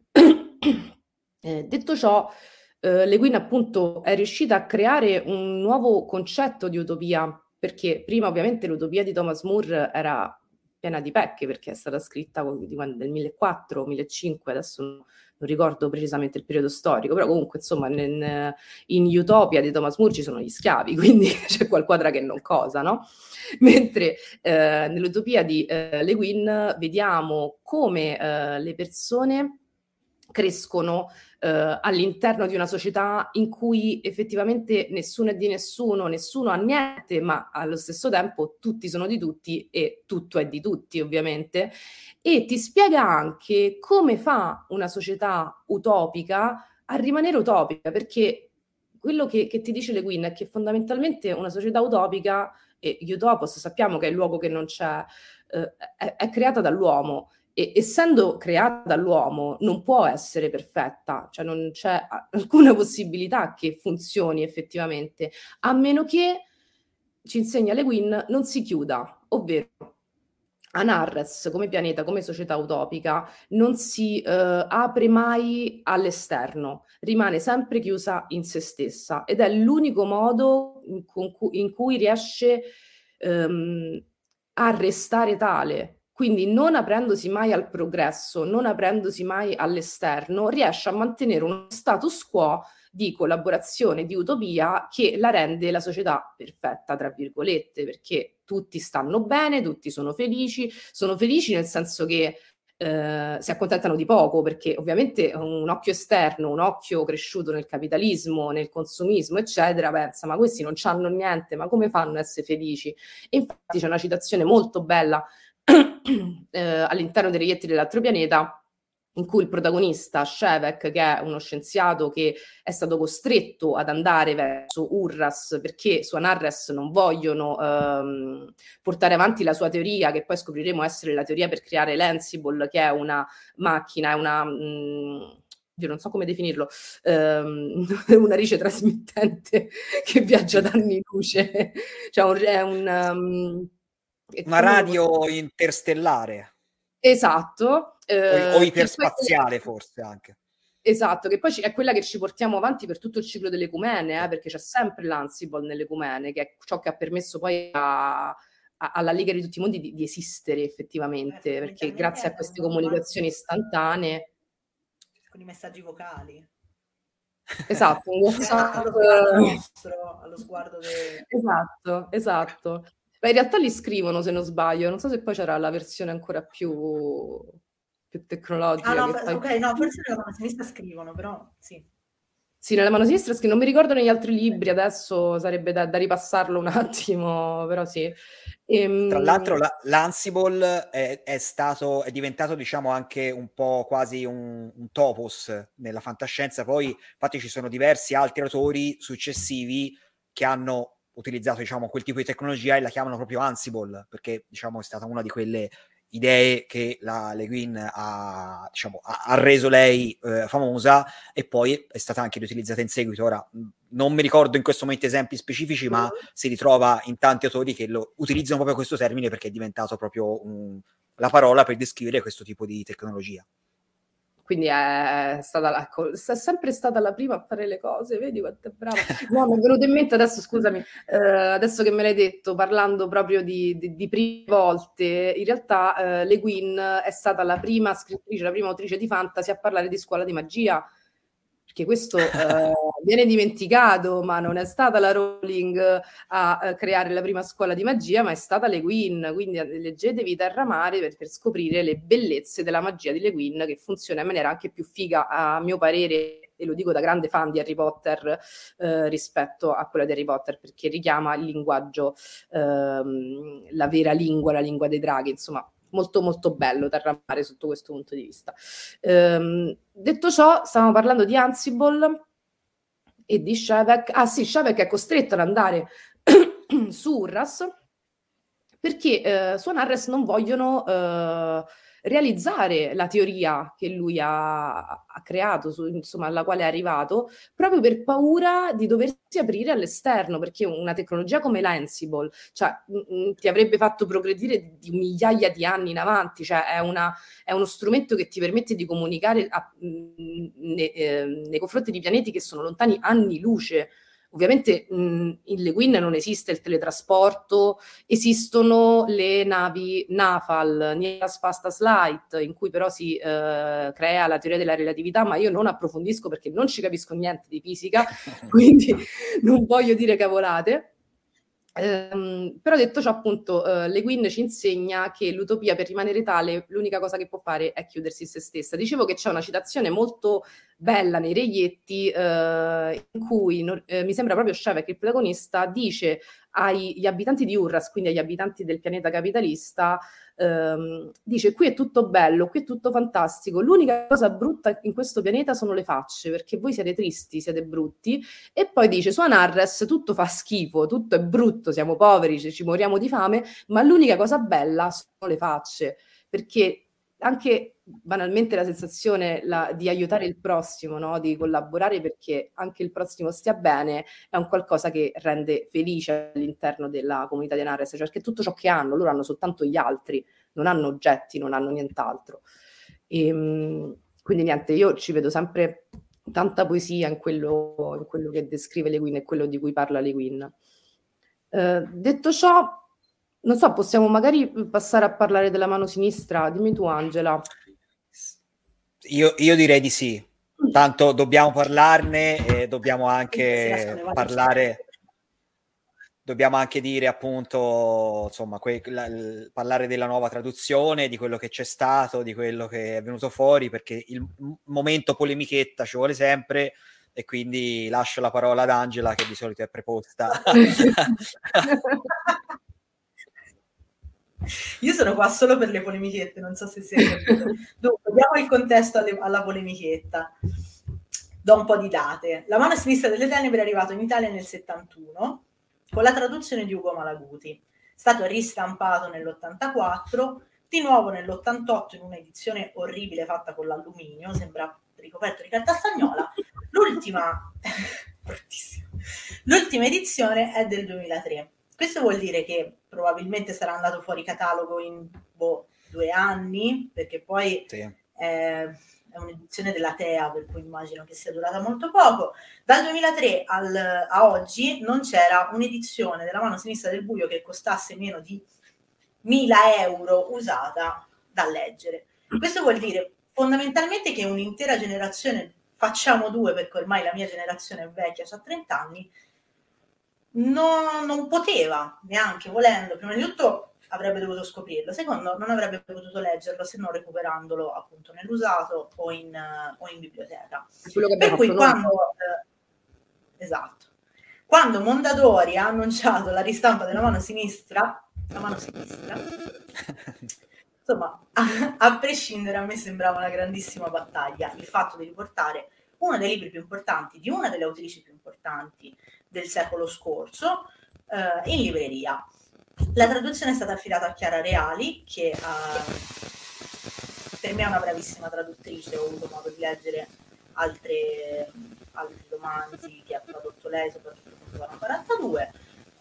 Detto ciò, Le Guin appunto è riuscita a creare un nuovo concetto di utopia, perché prima ovviamente l'utopia di Thomas More era piena di pecche, perché è stata scritta del 1400, 1500, adesso non ricordo precisamente il periodo storico, però comunque insomma in Utopia di Thomas More ci sono gli schiavi, quindi c'è qualquadra che non cosa, no? Mentre nell'utopia di Le Guin vediamo come le persone crescono all'interno di una società in cui effettivamente nessuno è di nessuno, nessuno ha niente, ma allo stesso tempo tutti sono di tutti e tutto è di tutti, ovviamente. E ti spiega anche come fa una società utopica a rimanere utopica, perché quello che ti dice Le Guin è che fondamentalmente una società utopica, e Utopos sappiamo che è il luogo che non c'è, è creata dall'uomo. E essendo creata dall'uomo non può essere perfetta, cioè non c'è alcuna possibilità che funzioni effettivamente, a meno che, ci insegna Le Guin, non si chiuda, ovvero Anarres come pianeta, come società utopica, non si apre mai all'esterno, rimane sempre chiusa in se stessa ed è l'unico modo in cui riesce a restare tale. Quindi non aprendosi mai al progresso, non aprendosi mai all'esterno, riesce a mantenere uno status quo di collaborazione, di utopia che la rende la società perfetta, tra virgolette, perché tutti stanno bene, tutti sono felici nel senso che si accontentano di poco, perché ovviamente un occhio esterno, un occhio cresciuto nel capitalismo, nel consumismo, eccetera, pensa, ma questi non c'hanno niente, ma come fanno a essere felici? E infatti c'è una citazione molto bella all'interno dei Reietti dell'altro pianeta, in cui il protagonista, Shevek, che è uno scienziato che è stato costretto ad andare verso Urras perché su Anarres non vogliono portare avanti la sua teoria, che poi scopriremo essere la teoria per creare l'Ansible, che è una macchina, è una... io non so come definirlo, una rice trasmittente che viaggia da anni luce, cioè è una radio interstellare. Esatto. O iperspaziale forse anche. Esatto, che poi è quella che ci portiamo avanti per tutto il ciclo dell'ecumene, perché c'è sempre l'Ansible nell'ecumene, che è ciò che ha permesso poi alla Lega di tutti i mondi di esistere effettivamente, perché grazie a queste comunicazioni istantanee... Con i messaggi vocali. Esatto, un WhatsApp allo sguardo esatto. Ma in realtà li scrivono, se non sbaglio, non so se poi c'era la versione ancora più tecnologica. No, forse nella mano sinistra scrivono, però sì. Sì, nella mano sinistra non mi ricordo negli altri libri, adesso sarebbe da ripassarlo un attimo, però sì. Tra l'altro l'Ansible è diventato diciamo anche un po' quasi un topos nella fantascienza, poi infatti ci sono diversi altri autori successivi che hanno utilizzato diciamo quel tipo di tecnologia e la chiamano proprio Ansible, perché diciamo è stata una di quelle idee che la Le Guin ha reso lei famosa, e poi è stata anche riutilizzata in seguito. Ora non mi ricordo in questo momento esempi specifici, ma si ritrova in tanti autori che lo utilizzano proprio questo termine perché è diventato proprio la parola per descrivere questo tipo di tecnologia. Quindi è sempre stata la prima a fare le cose, vedi quanto è brava. No, mi è venuto in mente adesso, scusami, adesso che me l'hai detto, parlando proprio di prime volte, in realtà Le Guin è stata la prima scrittrice, la prima autrice di fantasy a parlare di scuola di magia, perché questo viene dimenticato, ma non è stata la Rowling a creare la prima scuola di magia, ma è stata Le Guin, quindi leggetevi Terra Mare per scoprire le bellezze della magia di Le Guin, che funziona in maniera anche più figa, a mio parere, anche, e lo dico da grande fan di Harry Potter, rispetto a quella di Harry Potter, perché richiama il linguaggio, la vera lingua, la lingua dei draghi, insomma molto molto bello Terra Mare sotto questo punto di vista. Detto ciò, stavamo parlando di Ansible e di Shevek. Ah sì, Shevek è costretto ad andare su Urras perché su Anarres non vogliono realizzare la teoria che lui ha creato, insomma, alla quale è arrivato, proprio per paura di doversi aprire all'esterno, perché una tecnologia come l'Ansible, cioè, ti avrebbe fatto progredire di migliaia di anni in avanti, cioè è uno strumento che ti permette di comunicare nei confronti di pianeti che sono lontani anni luce. Ovviamente in Le Guin non esiste il teletrasporto, esistono le navi Nafal, Near as Fast as Light, in cui però si crea la teoria della relatività, ma io non approfondisco perché non ci capisco niente di fisica, quindi non voglio dire cavolate. Però detto ciò, appunto, Le Guin ci insegna che l'utopia, per rimanere tale, l'unica cosa che può fare è chiudersi in se stessa. Dicevo che c'è una citazione molto bella nei Reietti in cui mi sembra proprio Shevek, il protagonista, dice agli abitanti di Urras, quindi agli abitanti del pianeta capitalista, dice: qui è tutto bello, qui è tutto fantastico, l'unica cosa brutta in questo pianeta sono le facce, perché voi siete tristi, siete brutti. E poi dice: su Anarres tutto fa schifo, tutto è brutto, siamo poveri, ci moriamo di fame, ma l'unica cosa bella sono le facce, perché anche banalmente la sensazione di aiutare il prossimo, no? Di collaborare perché anche il prossimo stia bene, è un qualcosa che rende felice all'interno della comunità di Anarres, cioè perché tutto ciò che hanno, loro hanno soltanto gli altri, non hanno oggetti, non hanno nient'altro. Quindi niente, io ci vedo sempre tanta poesia in quello che descrive Le Guin e quello di cui parla Le Guin. Detto ciò, non so, possiamo magari passare a parlare della mano sinistra. Dimmi tu, Angela. Io direi di sì. Tanto dobbiamo parlarne e dobbiamo anche parlare. Dobbiamo anche dire, appunto, insomma, parlare della nuova traduzione, di quello che c'è stato, di quello che è venuto fuori, perché il momento polemichetta ci vuole sempre, e quindi lascio la parola ad Angela, che di solito è preposta. Io sono qua solo per le polemichette, non so se si è capito. Dunque, diamo il contesto alla polemichetta. Do un po' di date. La mano sinistra delle tenebre è arrivato in Italia nel 71 con la traduzione di Ugo Malaguti. È stato ristampato nell'84, di nuovo nell'88 in un'edizione orribile fatta con l'alluminio, sembra ricoperto di carta stagnola. L'ultima edizione è del 2003. Questo vuol dire che probabilmente sarà andato fuori catalogo in 2 anni, perché poi sì, è un'edizione della TEA, per cui immagino che sia durata molto poco. Dal 2003 a oggi non c'era un'edizione della mano sinistra del buio che costasse meno di 1.000 euro usata da leggere. Questo vuol dire fondamentalmente che un'intera generazione, facciamo 2 perché ormai la mia generazione è vecchia, ho 30 anni, non poteva, neanche volendo, prima di tutto avrebbe dovuto scoprirlo, secondo non avrebbe potuto leggerlo se non recuperandolo appunto nell'usato o in biblioteca. Per cui quando Mondadori ha annunciato la ristampa della mano sinistra, insomma, a prescindere, a me sembrava una grandissima battaglia il fatto di riportare uno dei libri più importanti di una delle autrici più importanti del secolo scorso in libreria. La traduzione è stata affidata a Chiara Reali, che per me è una bravissima traduttrice, ho avuto modo di leggere altri romanzi che ha tradotto lei, soprattutto con Zona 42.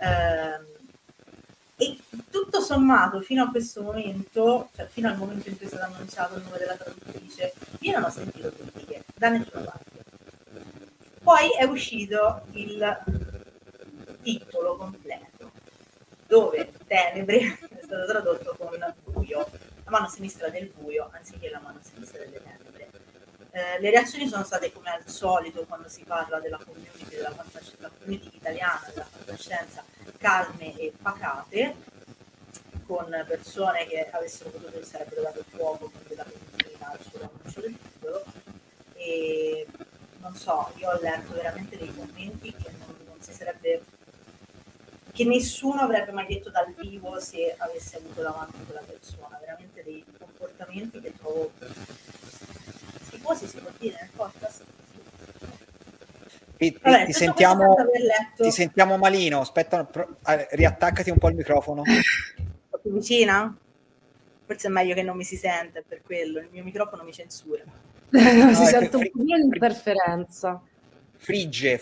E tutto sommato, fino a questo momento, cioè fino al momento in cui è stato annunciato il nome della traduttrice, io non ho sentito critiche da nessuna parte. Poi è uscito il titolo completo, dove Tenebre è stato tradotto con buio, la mano sinistra del buio, anziché la mano sinistra delle tenebre. Le reazioni sono state come al solito quando si parla della community, la community italiana, della fantascienza, calme e pacate, con persone che avessero potuto sarebbero dato fuoco con della pentina al suo annuncio del titolo, e non so, io ho letto veramente dei commenti che non si sarebbe, che nessuno avrebbe mai detto dal vivo se avesse avuto davanti quella persona, veramente dei comportamenti che trovo schifosi, si può dire nel podcast. Vabbè, Ti sentiamo malino, aspetta, riattaccati un po' il microfono. Più vicina? Forse è meglio che non mi si sente, per quello, il mio microfono mi censura. No, si sente un po' di interferenza. Frigge.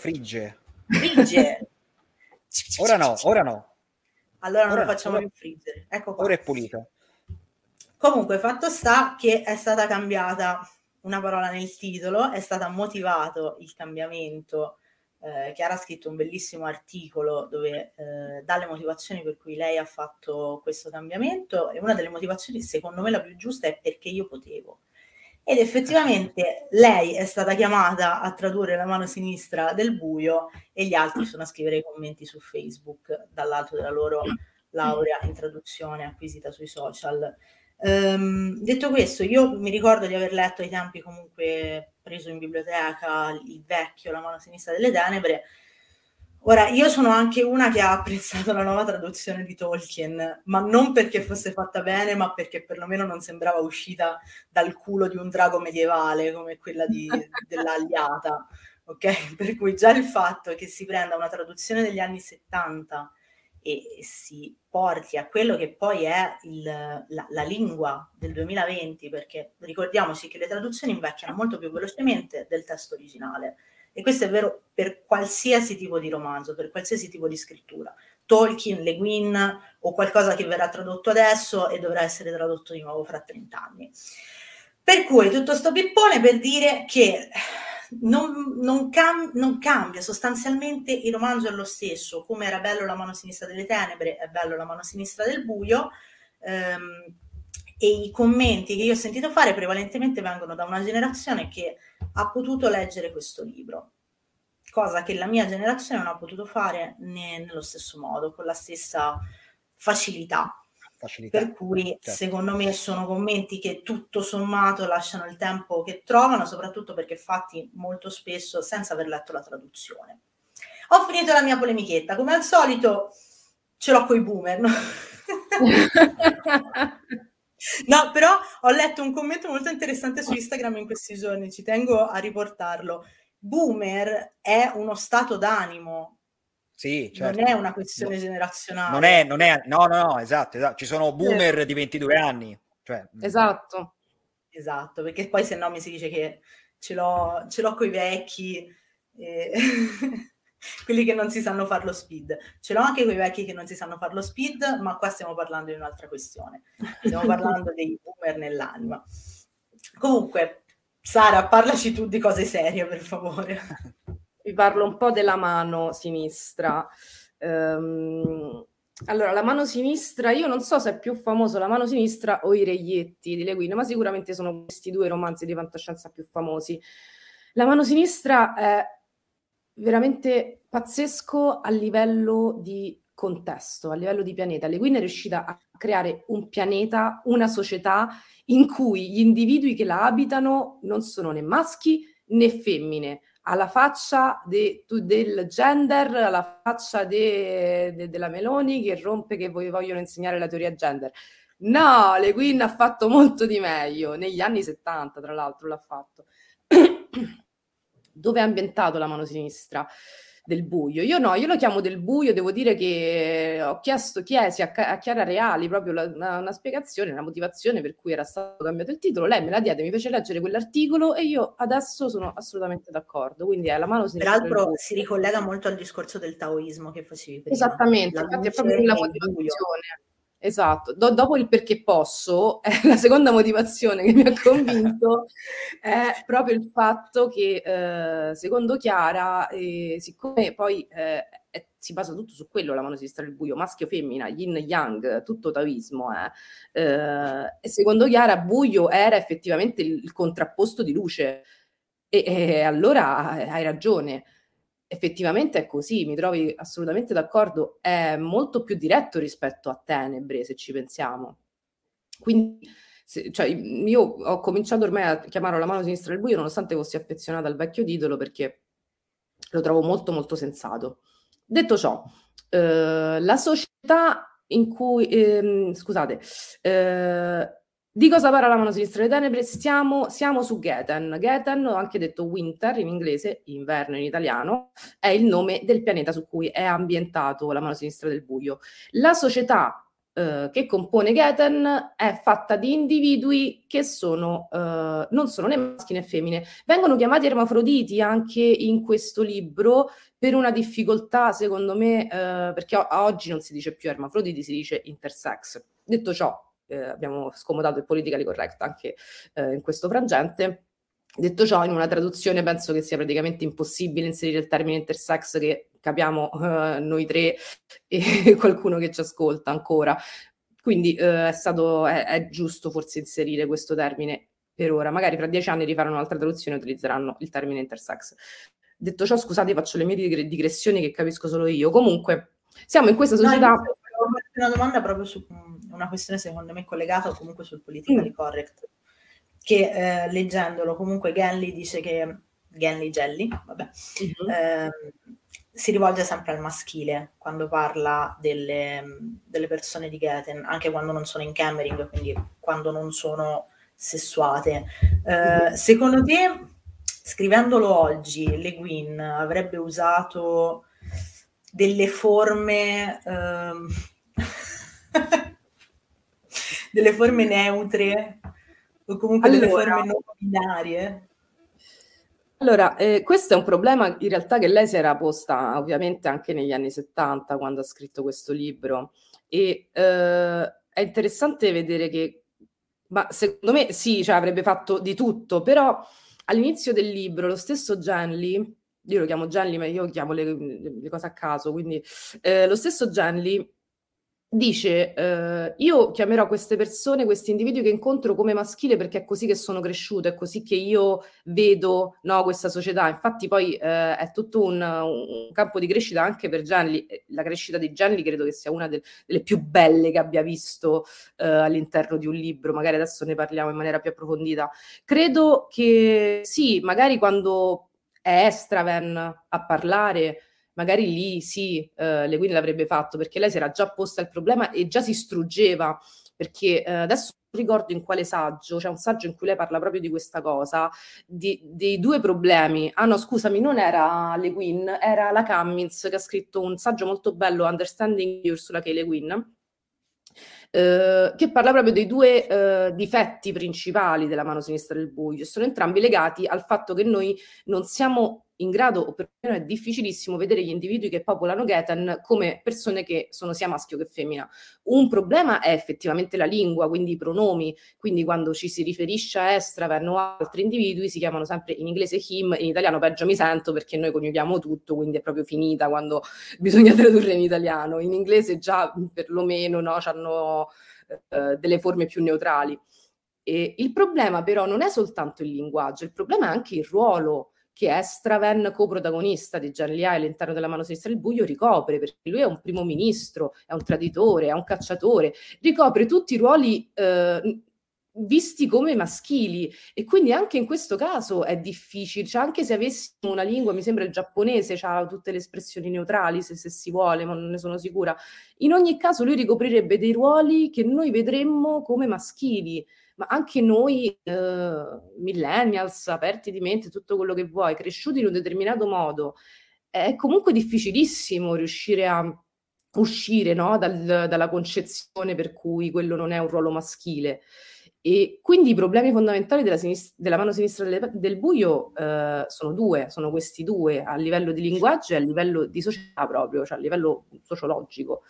Ora no. Allora non lo facciamo più friggere. Ecco qua. Ora è pulito. Comunque, fatto sta che è stata cambiata una parola nel titolo, è stato motivato il cambiamento. Chiara ha scritto un bellissimo articolo dove dà le motivazioni per cui lei ha fatto questo cambiamento, e una delle motivazioni, secondo me la più giusta, è perché io potevo. Ed effettivamente lei è stata chiamata a tradurre La mano sinistra del buio e gli altri sono a scrivere i commenti su Facebook dall'alto della loro laurea in traduzione acquisita sui social. Detto questo, io mi ricordo di aver letto ai tempi, comunque preso in biblioteca, il vecchio La mano sinistra delle tenebre. Ora, io sono anche una che ha apprezzato la nuova traduzione di Tolkien, ma non perché fosse fatta bene, ma perché perlomeno non sembrava uscita dal culo di un drago medievale come quella dell'Aliata, ok? Per cui già il fatto che si prenda una traduzione degli anni 70 e si porti a quello che poi è la lingua del 2020, perché ricordiamoci che le traduzioni invecchiano molto più velocemente del testo originale. E questo è vero per qualsiasi tipo di romanzo, per qualsiasi tipo di scrittura. Tolkien, Le Guin o qualcosa che verrà tradotto adesso e dovrà essere tradotto di nuovo fra 30 anni. Per cui tutto sto pippone per dire che non cambia, sostanzialmente il romanzo è lo stesso, come era bello La mano sinistra delle tenebre, è bello La mano sinistra del buio, e i commenti che io ho sentito fare prevalentemente vengono da una generazione che ha potuto leggere questo libro, cosa che la mia generazione non ha potuto fare nello stesso modo, con la stessa facilità. Per cui certo, secondo me sono commenti che tutto sommato lasciano il tempo che trovano, soprattutto perché fatti molto spesso senza aver letto la traduzione. Ho finito la mia polemichetta, come al solito ce l'ho coi boomer, no? No, però ho letto un commento molto interessante su Instagram in questi giorni, ci tengo a riportarlo. Boomer è uno stato d'animo. Sì, certo. Non è una questione generazionale. Non è, no, esatto. Ci sono boomer di 22 anni. Cioè, esatto, perché poi se no mi si dice che ce l'ho coi vecchi, quelli che non si sanno fare lo speed. Ce l'ho anche coi vecchi che non si sanno fare lo speed, ma qua stiamo parlando di un'altra questione. Stiamo parlando dei boomer nell'anima. Comunque, Sara, parlaci tu di cose serie, per favore. Vi parlo un po' della mano sinistra. Allora, La mano sinistra, io non so se è più famoso La mano sinistra o I Reietti di Le Guin, ma sicuramente sono questi due romanzi di fantascienza più famosi. La mano sinistra è veramente pazzesco a livello di contesto, a livello di pianeta. Le Guin è riuscita a creare un pianeta, una società in cui gli individui che la abitano non sono né maschi né femmine, alla faccia del gender, alla faccia della Meloni che rompe, che vogliono insegnare la teoria gender. No, Le Guin ha fatto molto di meglio, negli anni 70 tra l'altro l'ha fatto. Dove è ambientato La mano sinistra del buio? Io lo chiamo del buio, devo dire che ho chiesi a Chiara Reali proprio una spiegazione, una motivazione per cui era stato cambiato il titolo, lei me la diede, mi fece leggere quell'articolo e io adesso sono assolutamente d'accordo, quindi è La mano sinistra del buio. Peraltro si ricollega molto al discorso del taoismo che facevi prima. Esattamente, infatti è proprio la motivazione. Esatto, dopo il perché posso, la seconda motivazione che mi ha convinto è proprio il fatto che secondo Chiara, siccome poi si basa tutto su quello, La mano sinistra del buio, maschio femmina, yin yang, tutto taoismo, e secondo Chiara buio era effettivamente il contrapposto di luce, e allora hai ragione. Effettivamente è così, mi trovi assolutamente d'accordo, è molto più diretto rispetto a Tenebre, se ci pensiamo. Quindi cioè, io ho cominciato ormai a chiamarlo La mano sinistra del buio, nonostante fossi affezionata al vecchio titolo, perché lo trovo molto molto sensato. Detto ciò, la società in cui, scusate, di cosa parla La mano sinistra delle tenebre? Siamo su Geten. Geten, ho anche detto Winter in inglese, inverno in italiano, è il nome del pianeta su cui è ambientato La mano sinistra del buio. La società che compone Geten è fatta di individui che sono, non sono né maschi né femmine. Vengono chiamati ermafroditi anche in questo libro per una difficoltà, secondo me, perché a oggi non si dice più ermafroditi, si dice intersex. Detto ciò, abbiamo scomodato il politically correct anche in questo frangente. Detto ciò, in una traduzione penso che sia praticamente impossibile inserire il termine intersex, che capiamo noi tre e qualcuno che ci ascolta ancora. Quindi è giusto forse inserire questo termine per ora. Magari fra 10 anni rifaranno un'altra traduzione e utilizzeranno il termine intersex. Detto ciò, scusate, faccio le mie digressioni che capisco solo io. Comunque, siamo in questa società... No, volevo farti una domanda proprio su una questione secondo me collegata o comunque sul politically correct, che leggendolo comunque Genly dice che Genly Jelly, vabbè, si rivolge sempre al maschile quando parla delle persone di Geten, anche quando non sono in Cammering, quindi quando non sono sessuate. Secondo te, scrivendolo oggi, Le Guin avrebbe usato delle forme delle forme neutre o comunque delle forme non binarie? Allora, questo è un problema in realtà che lei si era posta ovviamente anche negli anni 70 quando ha scritto questo libro, e è interessante vedere che, ma secondo me sì, cioè avrebbe fatto di tutto, però all'inizio del libro lo stesso Genly, io lo chiamo Genly ma io chiamo le cose a caso, quindi lo stesso Genly dice, io chiamerò queste persone, questi individui che incontro come maschile perché è così che sono cresciuto, è così che io vedo, no, questa società. Infatti poi è tutto un campo di crescita anche per Genly. La crescita di Genly credo che sia una delle più belle che abbia visto all'interno di un libro, magari adesso ne parliamo in maniera più approfondita. Credo che sì, magari quando è Estraven a parlare, magari lì sì, Le Guin l'avrebbe fatto, perché lei si era già posta il problema e già si struggeva, perché adesso non ricordo in quale saggio, c'è un saggio in cui lei parla proprio di questa cosa, dei due problemi. Ah no, scusami, non era Le Guin, era la Cummins che ha scritto un saggio molto bello, Understanding Ursula K. Le Guin, che parla proprio dei due difetti principali della mano sinistra del buio. Sono entrambi legati al fatto che noi non siamo in grado, o perlomeno è difficilissimo, vedere gli individui che popolano Geten come persone che sono sia maschio che femmina. Un problema è effettivamente la lingua, quindi i pronomi, quindi quando ci si riferisce a Estraven o altri individui si chiamano sempre in inglese him, in italiano peggio mi sento perché noi coniughiamo tutto, quindi è proprio finita quando bisogna tradurre in italiano. In inglese già perlomeno no, hanno delle forme più neutrali. E il problema però non è soltanto il linguaggio, il problema è anche il ruolo che Estraven, coprotagonista di Genly all'interno della mano sinistra del buio, ricopre, perché lui è un primo ministro, è un traditore, è un cacciatore, ricopre tutti i ruoli visti come maschili, e quindi anche in questo caso è difficile, cioè, anche se avessimo una lingua, mi sembra il giapponese ha tutte le espressioni neutrali se si vuole, ma non ne sono sicura, in ogni caso lui ricoprirebbe dei ruoli che noi vedremmo come maschili, ma anche noi millennials, aperti di mente, tutto quello che vuoi, cresciuti in un determinato modo, è comunque difficilissimo riuscire a uscire, no, dalla concezione per cui quello non è un ruolo maschile. E quindi i problemi fondamentali della mano sinistra del buio sono due, sono questi due, a livello di linguaggio e a livello di società proprio, cioè a livello sociologico.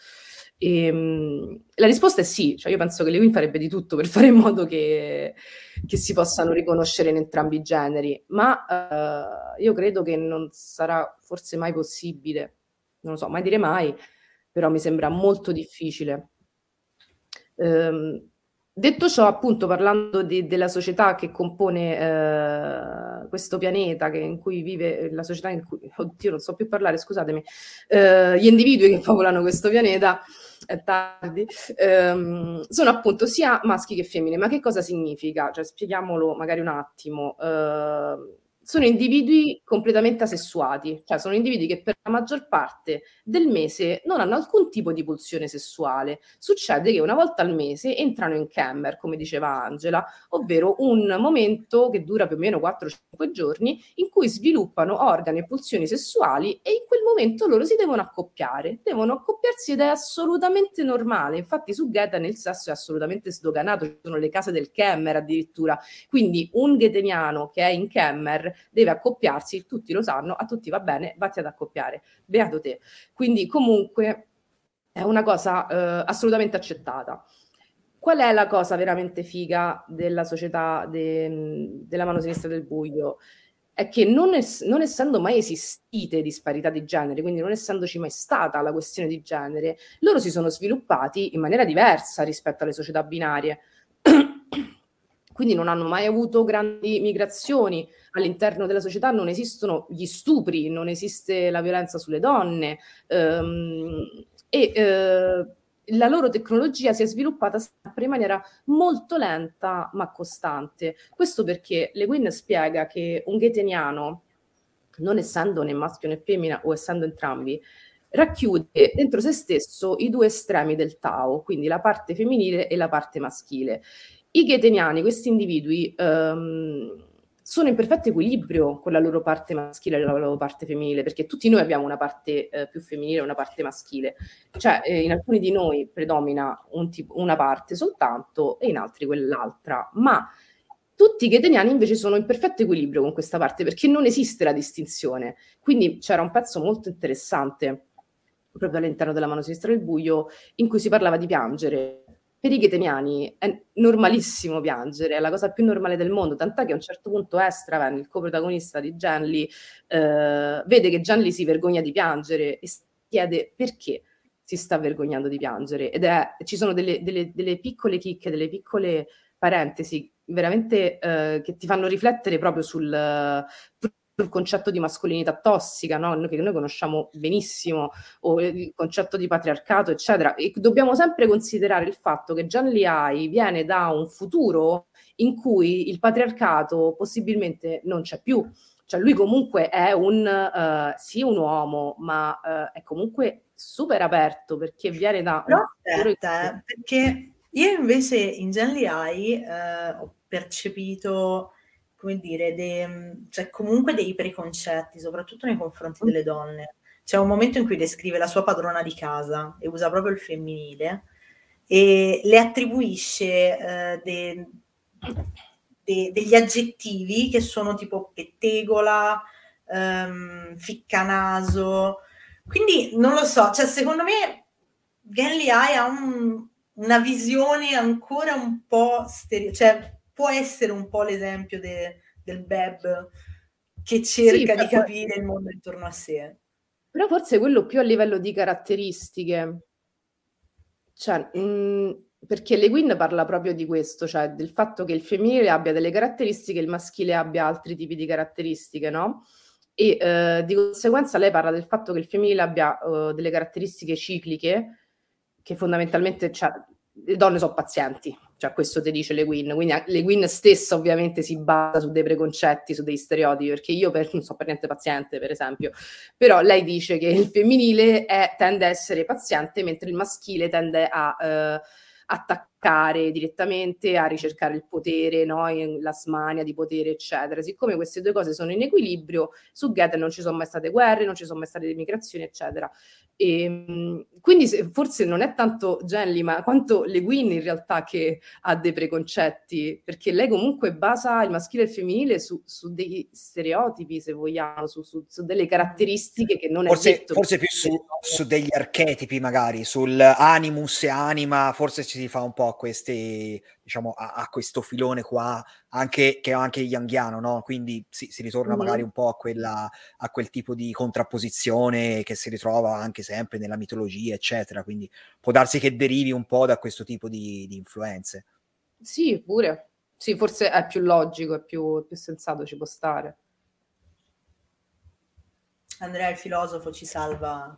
La risposta è sì, cioè io penso che Le Guin farebbe di tutto per fare in modo che si possano riconoscere in entrambi i generi, ma io credo che non sarà forse mai possibile, non lo so, mai dire mai, però mi sembra molto difficile. Detto ciò, appunto, parlando della società che compone questo pianeta in cui vive, la società in cui, oddio, non so più parlare, scusatemi, gli individui che popolano questo pianeta, è tardi, sono appunto sia maschi che femmine. Ma che cosa significa? Cioè, spieghiamolo magari un attimo. Sono individui completamente asessuati, cioè sono individui che per la maggior parte del mese non hanno alcun tipo di pulsione sessuale. Succede che una volta al mese entrano in Kemmer, come diceva Angela, ovvero un momento che dura più o meno 4-5 giorni in cui sviluppano organi e pulsioni sessuali, e in quel momento loro si devono accoppiarsi ed è assolutamente normale. Infatti su Geten il sesso è assolutamente sdoganato, ci sono le case del Kemmer addirittura, quindi un ghedeniano che è in Kemmer deve accoppiarsi, tutti lo sanno, a tutti va bene, vatti ad accoppiare, beato te. Quindi comunque è una cosa assolutamente accettata. Qual è la cosa veramente figa della società della mano sinistra del buio? È che non essendo mai esistite disparità di genere, quindi non essendoci mai stata la questione di genere, loro si sono sviluppati in maniera diversa rispetto alle società binarie. Quindi non hanno mai avuto grandi migrazioni all'interno della società, non esistono gli stupri, non esiste la violenza sulle donne, la loro tecnologia si è sviluppata sempre in maniera molto lenta ma costante. Questo perché Le Guin spiega che un gheteniano, non essendo né maschio né femmina o essendo entrambi, racchiude dentro se stesso i due estremi del Tao, quindi la parte femminile e la parte maschile. I ghedeniani, questi individui, sono in perfetto equilibrio con la loro parte maschile e la loro parte femminile, perché tutti noi abbiamo una parte più femminile e una parte maschile. Cioè, in alcuni di noi predomina una parte soltanto e in altri quell'altra, ma tutti i ghedeniani invece sono in perfetto equilibrio con questa parte, perché non esiste la distinzione. Quindi c'era un pezzo molto interessante proprio all'interno della mano sinistra del buio in cui si parlava di piangere. Per i ghedeniani è normalissimo piangere, è la cosa più normale del mondo, tant'è che a un certo punto Estraven, il coprotagonista di Genly, vede che Genly si vergogna di piangere e si chiede perché si sta vergognando di piangere, ci sono delle piccole chicche, delle piccole parentesi veramente che ti fanno riflettere proprio sul concetto di mascolinità tossica, no? Che noi conosciamo benissimo, o il concetto di patriarcato, eccetera. E dobbiamo sempre considerare il fatto che Gian Liai viene da un futuro in cui il patriarcato possibilmente non c'è più. Cioè lui comunque è sì, un uomo, ma è comunque super aperto, perché viene da... No, aspetta, perché io invece in Gian Liai ho percepito, come dire, cioè comunque dei preconcetti, soprattutto nei confronti delle donne. C'è un momento in cui descrive la sua padrona di casa e usa proprio il femminile e le attribuisce degli aggettivi che sono tipo pettegola, ficcanaso. Quindi non lo so, cioè secondo me Gian Liai ha una visione ancora un po' cioè può essere un po' l'esempio del Beb che cerca di capire il mondo intorno a sé. Però forse quello più a livello di caratteristiche, cioè, perché Le Guin parla proprio di questo, cioè del fatto che il femminile abbia delle caratteristiche e il maschile abbia altri tipi di caratteristiche, no? E di conseguenza lei parla del fatto che il femminile abbia delle caratteristiche cicliche, che fondamentalmente, cioè, le donne sono pazienti, cioè questo ti dice Le Guin, quindi Le Guin stessa ovviamente si basa su dei preconcetti, su dei stereotipi, perché io non so per niente paziente, per esempio, però lei dice che il femminile tende a essere paziente, mentre il maschile tende a attaccare direttamente, a ricercare il potere, no? La smania di potere, eccetera. Siccome queste due cose sono in equilibrio, su Geten non ci sono mai state guerre, non ci sono mai state migrazioni, eccetera. E quindi forse non è tanto Genly, ma quanto Le Guin in realtà che ha dei preconcetti, perché lei comunque basa il maschile e il femminile su degli stereotipi, se vogliamo, su delle caratteristiche che non forse, è detto. Forse più su degli archetipi, magari, sul animus e anima, forse ci si fa un po' a questi, diciamo, a questo filone qua, che è anche youngiano, no? Quindi si ritorna magari un po' a quel tipo di contrapposizione che si ritrova anche sempre nella mitologia, eccetera. Quindi può darsi che derivi un po' da questo tipo di influenze. Sì, pure. Sì, forse è più logico, è più sensato, ci può stare. Andrea il filosofo ci salva.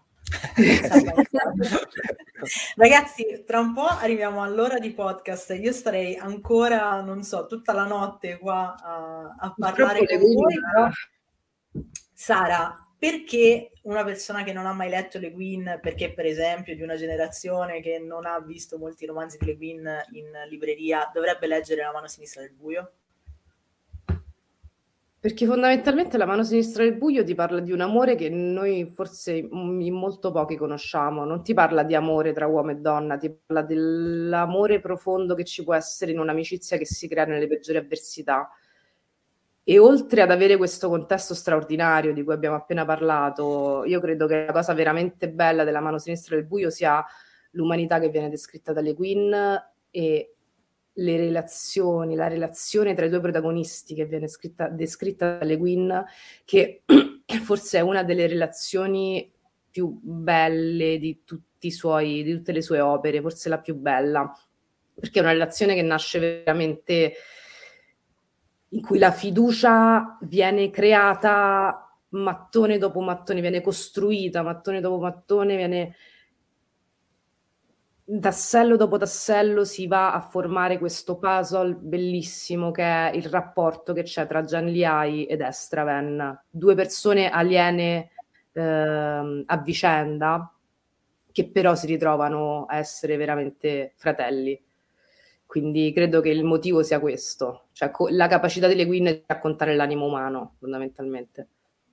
Ragazzi, tra un po' arriviamo all'ora di podcast. Io starei ancora, non so, tutta la notte qua a parlare con voi. Sara, perché una persona che non ha mai letto Le Guin, perché per esempio di una generazione che non ha visto molti romanzi di Le Guin in libreria, dovrebbe leggere La mano sinistra del buio? Perché fondamentalmente La mano sinistra del buio ti parla di un amore che noi forse in molto pochi conosciamo. Non ti parla di amore tra uomo e donna, ti parla dell'amore profondo che ci può essere in un'amicizia che si crea nelle peggiori avversità. E oltre ad avere questo contesto straordinario di cui abbiamo appena parlato, io credo che la cosa veramente bella della mano sinistra del buio sia l'umanità che viene descritta da Le Guin e le relazioni, la relazione tra i due protagonisti che viene descritta da Le Guin, che forse è una delle relazioni più belle di tutte le sue opere, forse la più bella, perché è una relazione che nasce veramente in cui la fiducia viene creata mattone dopo mattone, viene costruita mattone dopo mattone, viene tassello dopo tassello si va a formare questo puzzle bellissimo che è il rapporto che c'è tra Gian Liai ed Estraven, due persone aliene a vicenda che però si ritrovano a essere veramente fratelli. Quindi credo che il motivo sia questo, cioè la capacità di Le Guin di raccontare l'animo umano, fondamentalmente.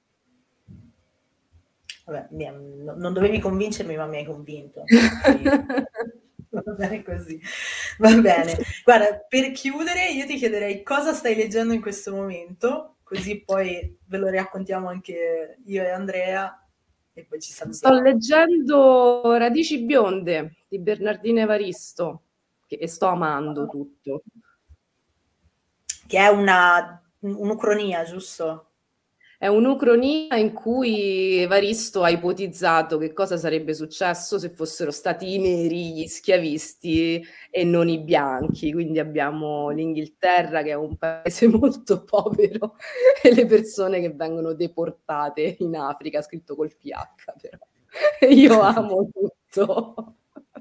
Vabbè, non dovevi convincermi, ma mi hai convinto. Va bene così. Va bene. Guarda, per chiudere, io ti chiederei cosa stai leggendo in questo momento, così poi ve lo raccontiamo anche io e Andrea e poi ci salutiamo. Sto leggendo Radici bionde di Bernardino Evaristo e sto amando tutto. Che è un'ucronia, giusto? È un'ucronia in cui Evaristo ha ipotizzato che cosa sarebbe successo se fossero stati i neri gli schiavisti e non i bianchi. Quindi abbiamo l'Inghilterra che è un paese molto povero e le persone che vengono deportate in Africa, scritto col PH però. Io amo tutto.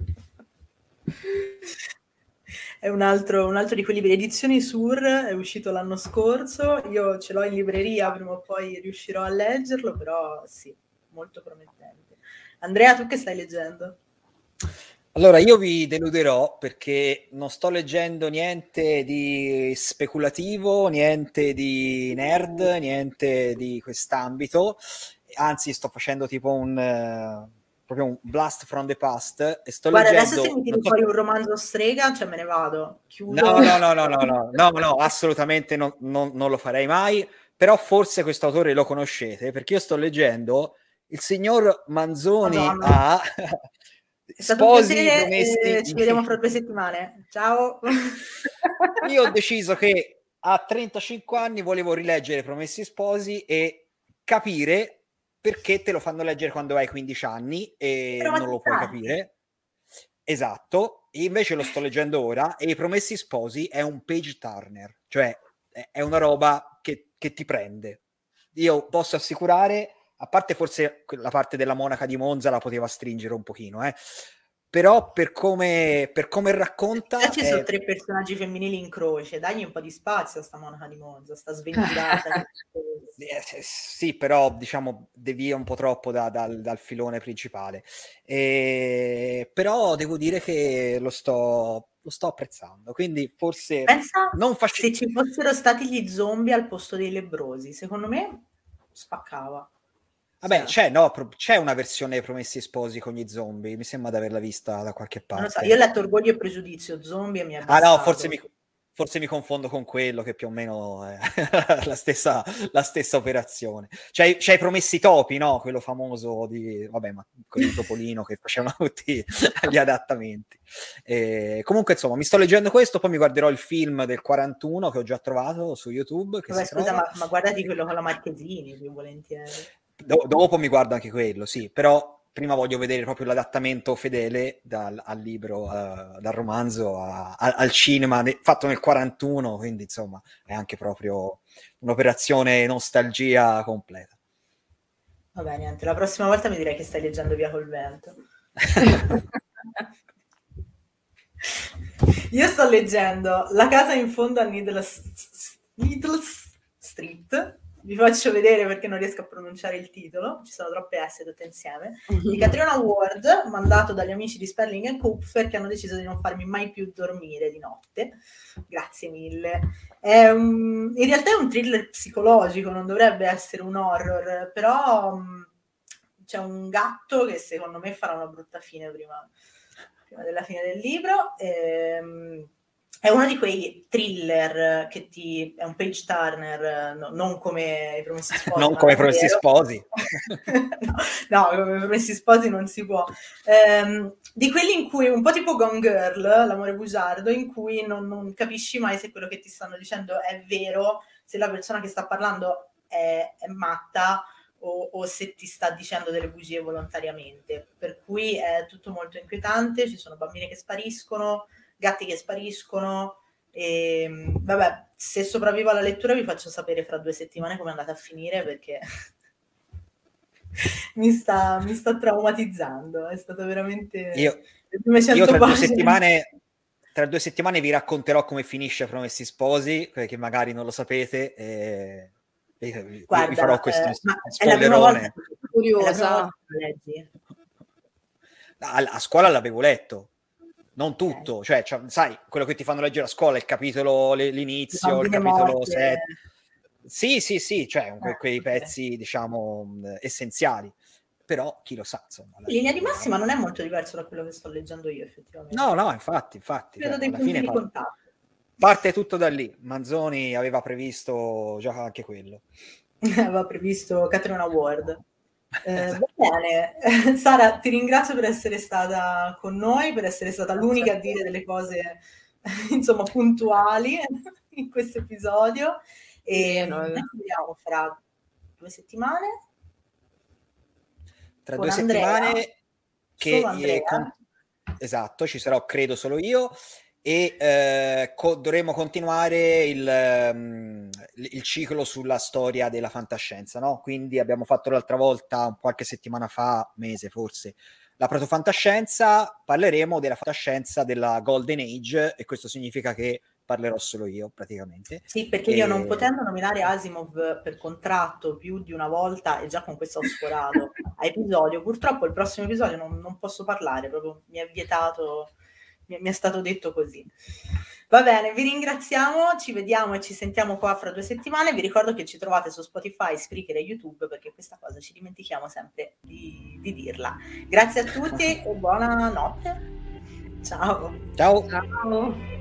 È un altro di quei libri. Edizioni Sur è uscito l'anno scorso, io ce l'ho in libreria, prima o poi riuscirò a leggerlo, però sì, molto promettente. Andrea, tu che stai leggendo? Allora, io vi deluderò perché non sto leggendo niente di speculativo, niente di nerd, niente di quest'ambito, anzi sto facendo tipo proprio un blast from the past e sto leggendo... Adesso se mi tiri fuori un romanzo strega, cioè me ne vado, chiudo. No, assolutamente non lo farei mai, però forse questo autore lo conoscete, perché io sto leggendo il signor Manzoni a... Sposi promessi. Ci vediamo fra 2 settimane. Ciao. Io ho deciso che a 35 anni volevo rileggere Promessi Sposi e capire perché te lo fanno leggere quando hai 15 anni e non lo puoi capire. Esatto, e invece lo sto leggendo ora e I Promessi Sposi è un page turner, cioè è una roba che ti prende. Io posso assicurare, a parte forse la parte della monaca di Monza la poteva stringere un pochino, però per come racconta... Ci sono 3 personaggi femminili in croce, dagli un po' di spazio a sta monaca di Monza, sta sventurata. Sì, però diciamo devia un po' troppo dal filone principale. Però devo dire che lo sto apprezzando, quindi forse... Pensa se ci fossero stati gli zombie al posto dei lebbrosi, secondo me spaccava. Vabbè, c'è una versione Promessi Sposi con gli zombie, mi sembra di averla vista da qualche parte. Non lo so, io ho letto Orgoglio e Pregiudizio, zombie e mi ha abbassato. Ah no, forse mi confondo con quello che più o meno è la stessa operazione. C'hai i Promessi Topi, no? Quello famoso vabbè, ma quello Topolino che facevano tutti gli adattamenti. Comunque, insomma, mi sto leggendo questo, poi mi guarderò il film del 41 che ho già trovato su YouTube. Vabbè, scusa, ma guardati quello con la Marchesini, più volentieri. Dopo mi guardo anche quello, sì, però prima voglio vedere proprio l'adattamento fedele al libro, dal romanzo al cinema, fatto nel 41, quindi insomma è anche proprio un'operazione nostalgia completa. Vabbè, niente, la prossima volta mi direi che stai leggendo Via col vento. Io sto leggendo La casa in fondo a Needle Street, vi faccio vedere perché non riesco a pronunciare il titolo, ci sono troppe S tutte insieme, di Catriona Ward, mandato dagli amici di Sperling & Kupfer, che hanno deciso di non farmi mai più dormire di notte. Grazie mille. In realtà è un thriller psicologico, non dovrebbe essere un horror, però c'è un gatto che secondo me farà una brutta fine prima della fine del libro. È uno di quei thriller che è un page turner, non come I Promessi Sposi. Non come I Promessi Sposi. no, come I Promessi Sposi non si può. Di quelli in cui, un po' tipo Gone Girl, L'amore bugiardo, in cui non capisci mai se quello che ti stanno dicendo è vero, se la persona che sta parlando è matta, o se ti sta dicendo delle bugie volontariamente, per cui è tutto molto inquietante. Ci sono bambine che spariscono, gatti che spariscono, e vabbè, se sopravvivo alla lettura vi faccio sapere fra 2 settimane come è andata a finire, perché mi sta traumatizzando. È stato veramente io tra 2 settimane vi racconterò come finisce Promessi Sposi, perché magari non lo sapete. Guarda, vi farò questo spoilerone. Curiosa. A scuola l'avevo letto, non tutto, cioè sai, quello che ti fanno leggere a scuola, il capitolo, l'inizio, il capitolo 7. Sì, cioè quei pezzi, diciamo, essenziali. Però chi lo sa, insomma. In linea di massima non è molto diverso da quello che sto leggendo io, effettivamente. No, infatti. Vedo dei punti di contatto. Parte tutto da lì. Manzoni aveva previsto già anche quello. Aveva previsto Catriona Ward. Va bene. Sara, ti ringrazio per essere stata con noi, per essere stata l'unica a dire delle cose, insomma, puntuali in questo episodio. E noi ci vediamo fra 2 settimane. Tra 2 settimane esatto, ci sarò credo solo io, e dovremo continuare il ciclo sulla storia della fantascienza, no? Quindi abbiamo fatto l'altra volta, qualche settimana fa, mese forse, la protofantascienza. Parleremo della fantascienza della Golden Age, e questo significa che parlerò solo io praticamente. Sì, perché io, non potendo nominare Asimov per contratto più di una volta, e già con questo ho sforato a episodio, purtroppo il prossimo episodio non posso parlare, proprio mi è vietato, mi è stato detto così. Va bene, vi ringraziamo, ci vediamo e ci sentiamo qua fra 2 settimane. Vi ricordo che ci trovate su Spotify, Spreaker e YouTube, perché questa cosa ci dimentichiamo sempre di dirla. Grazie a tutti e buonanotte. Ciao. Ciao.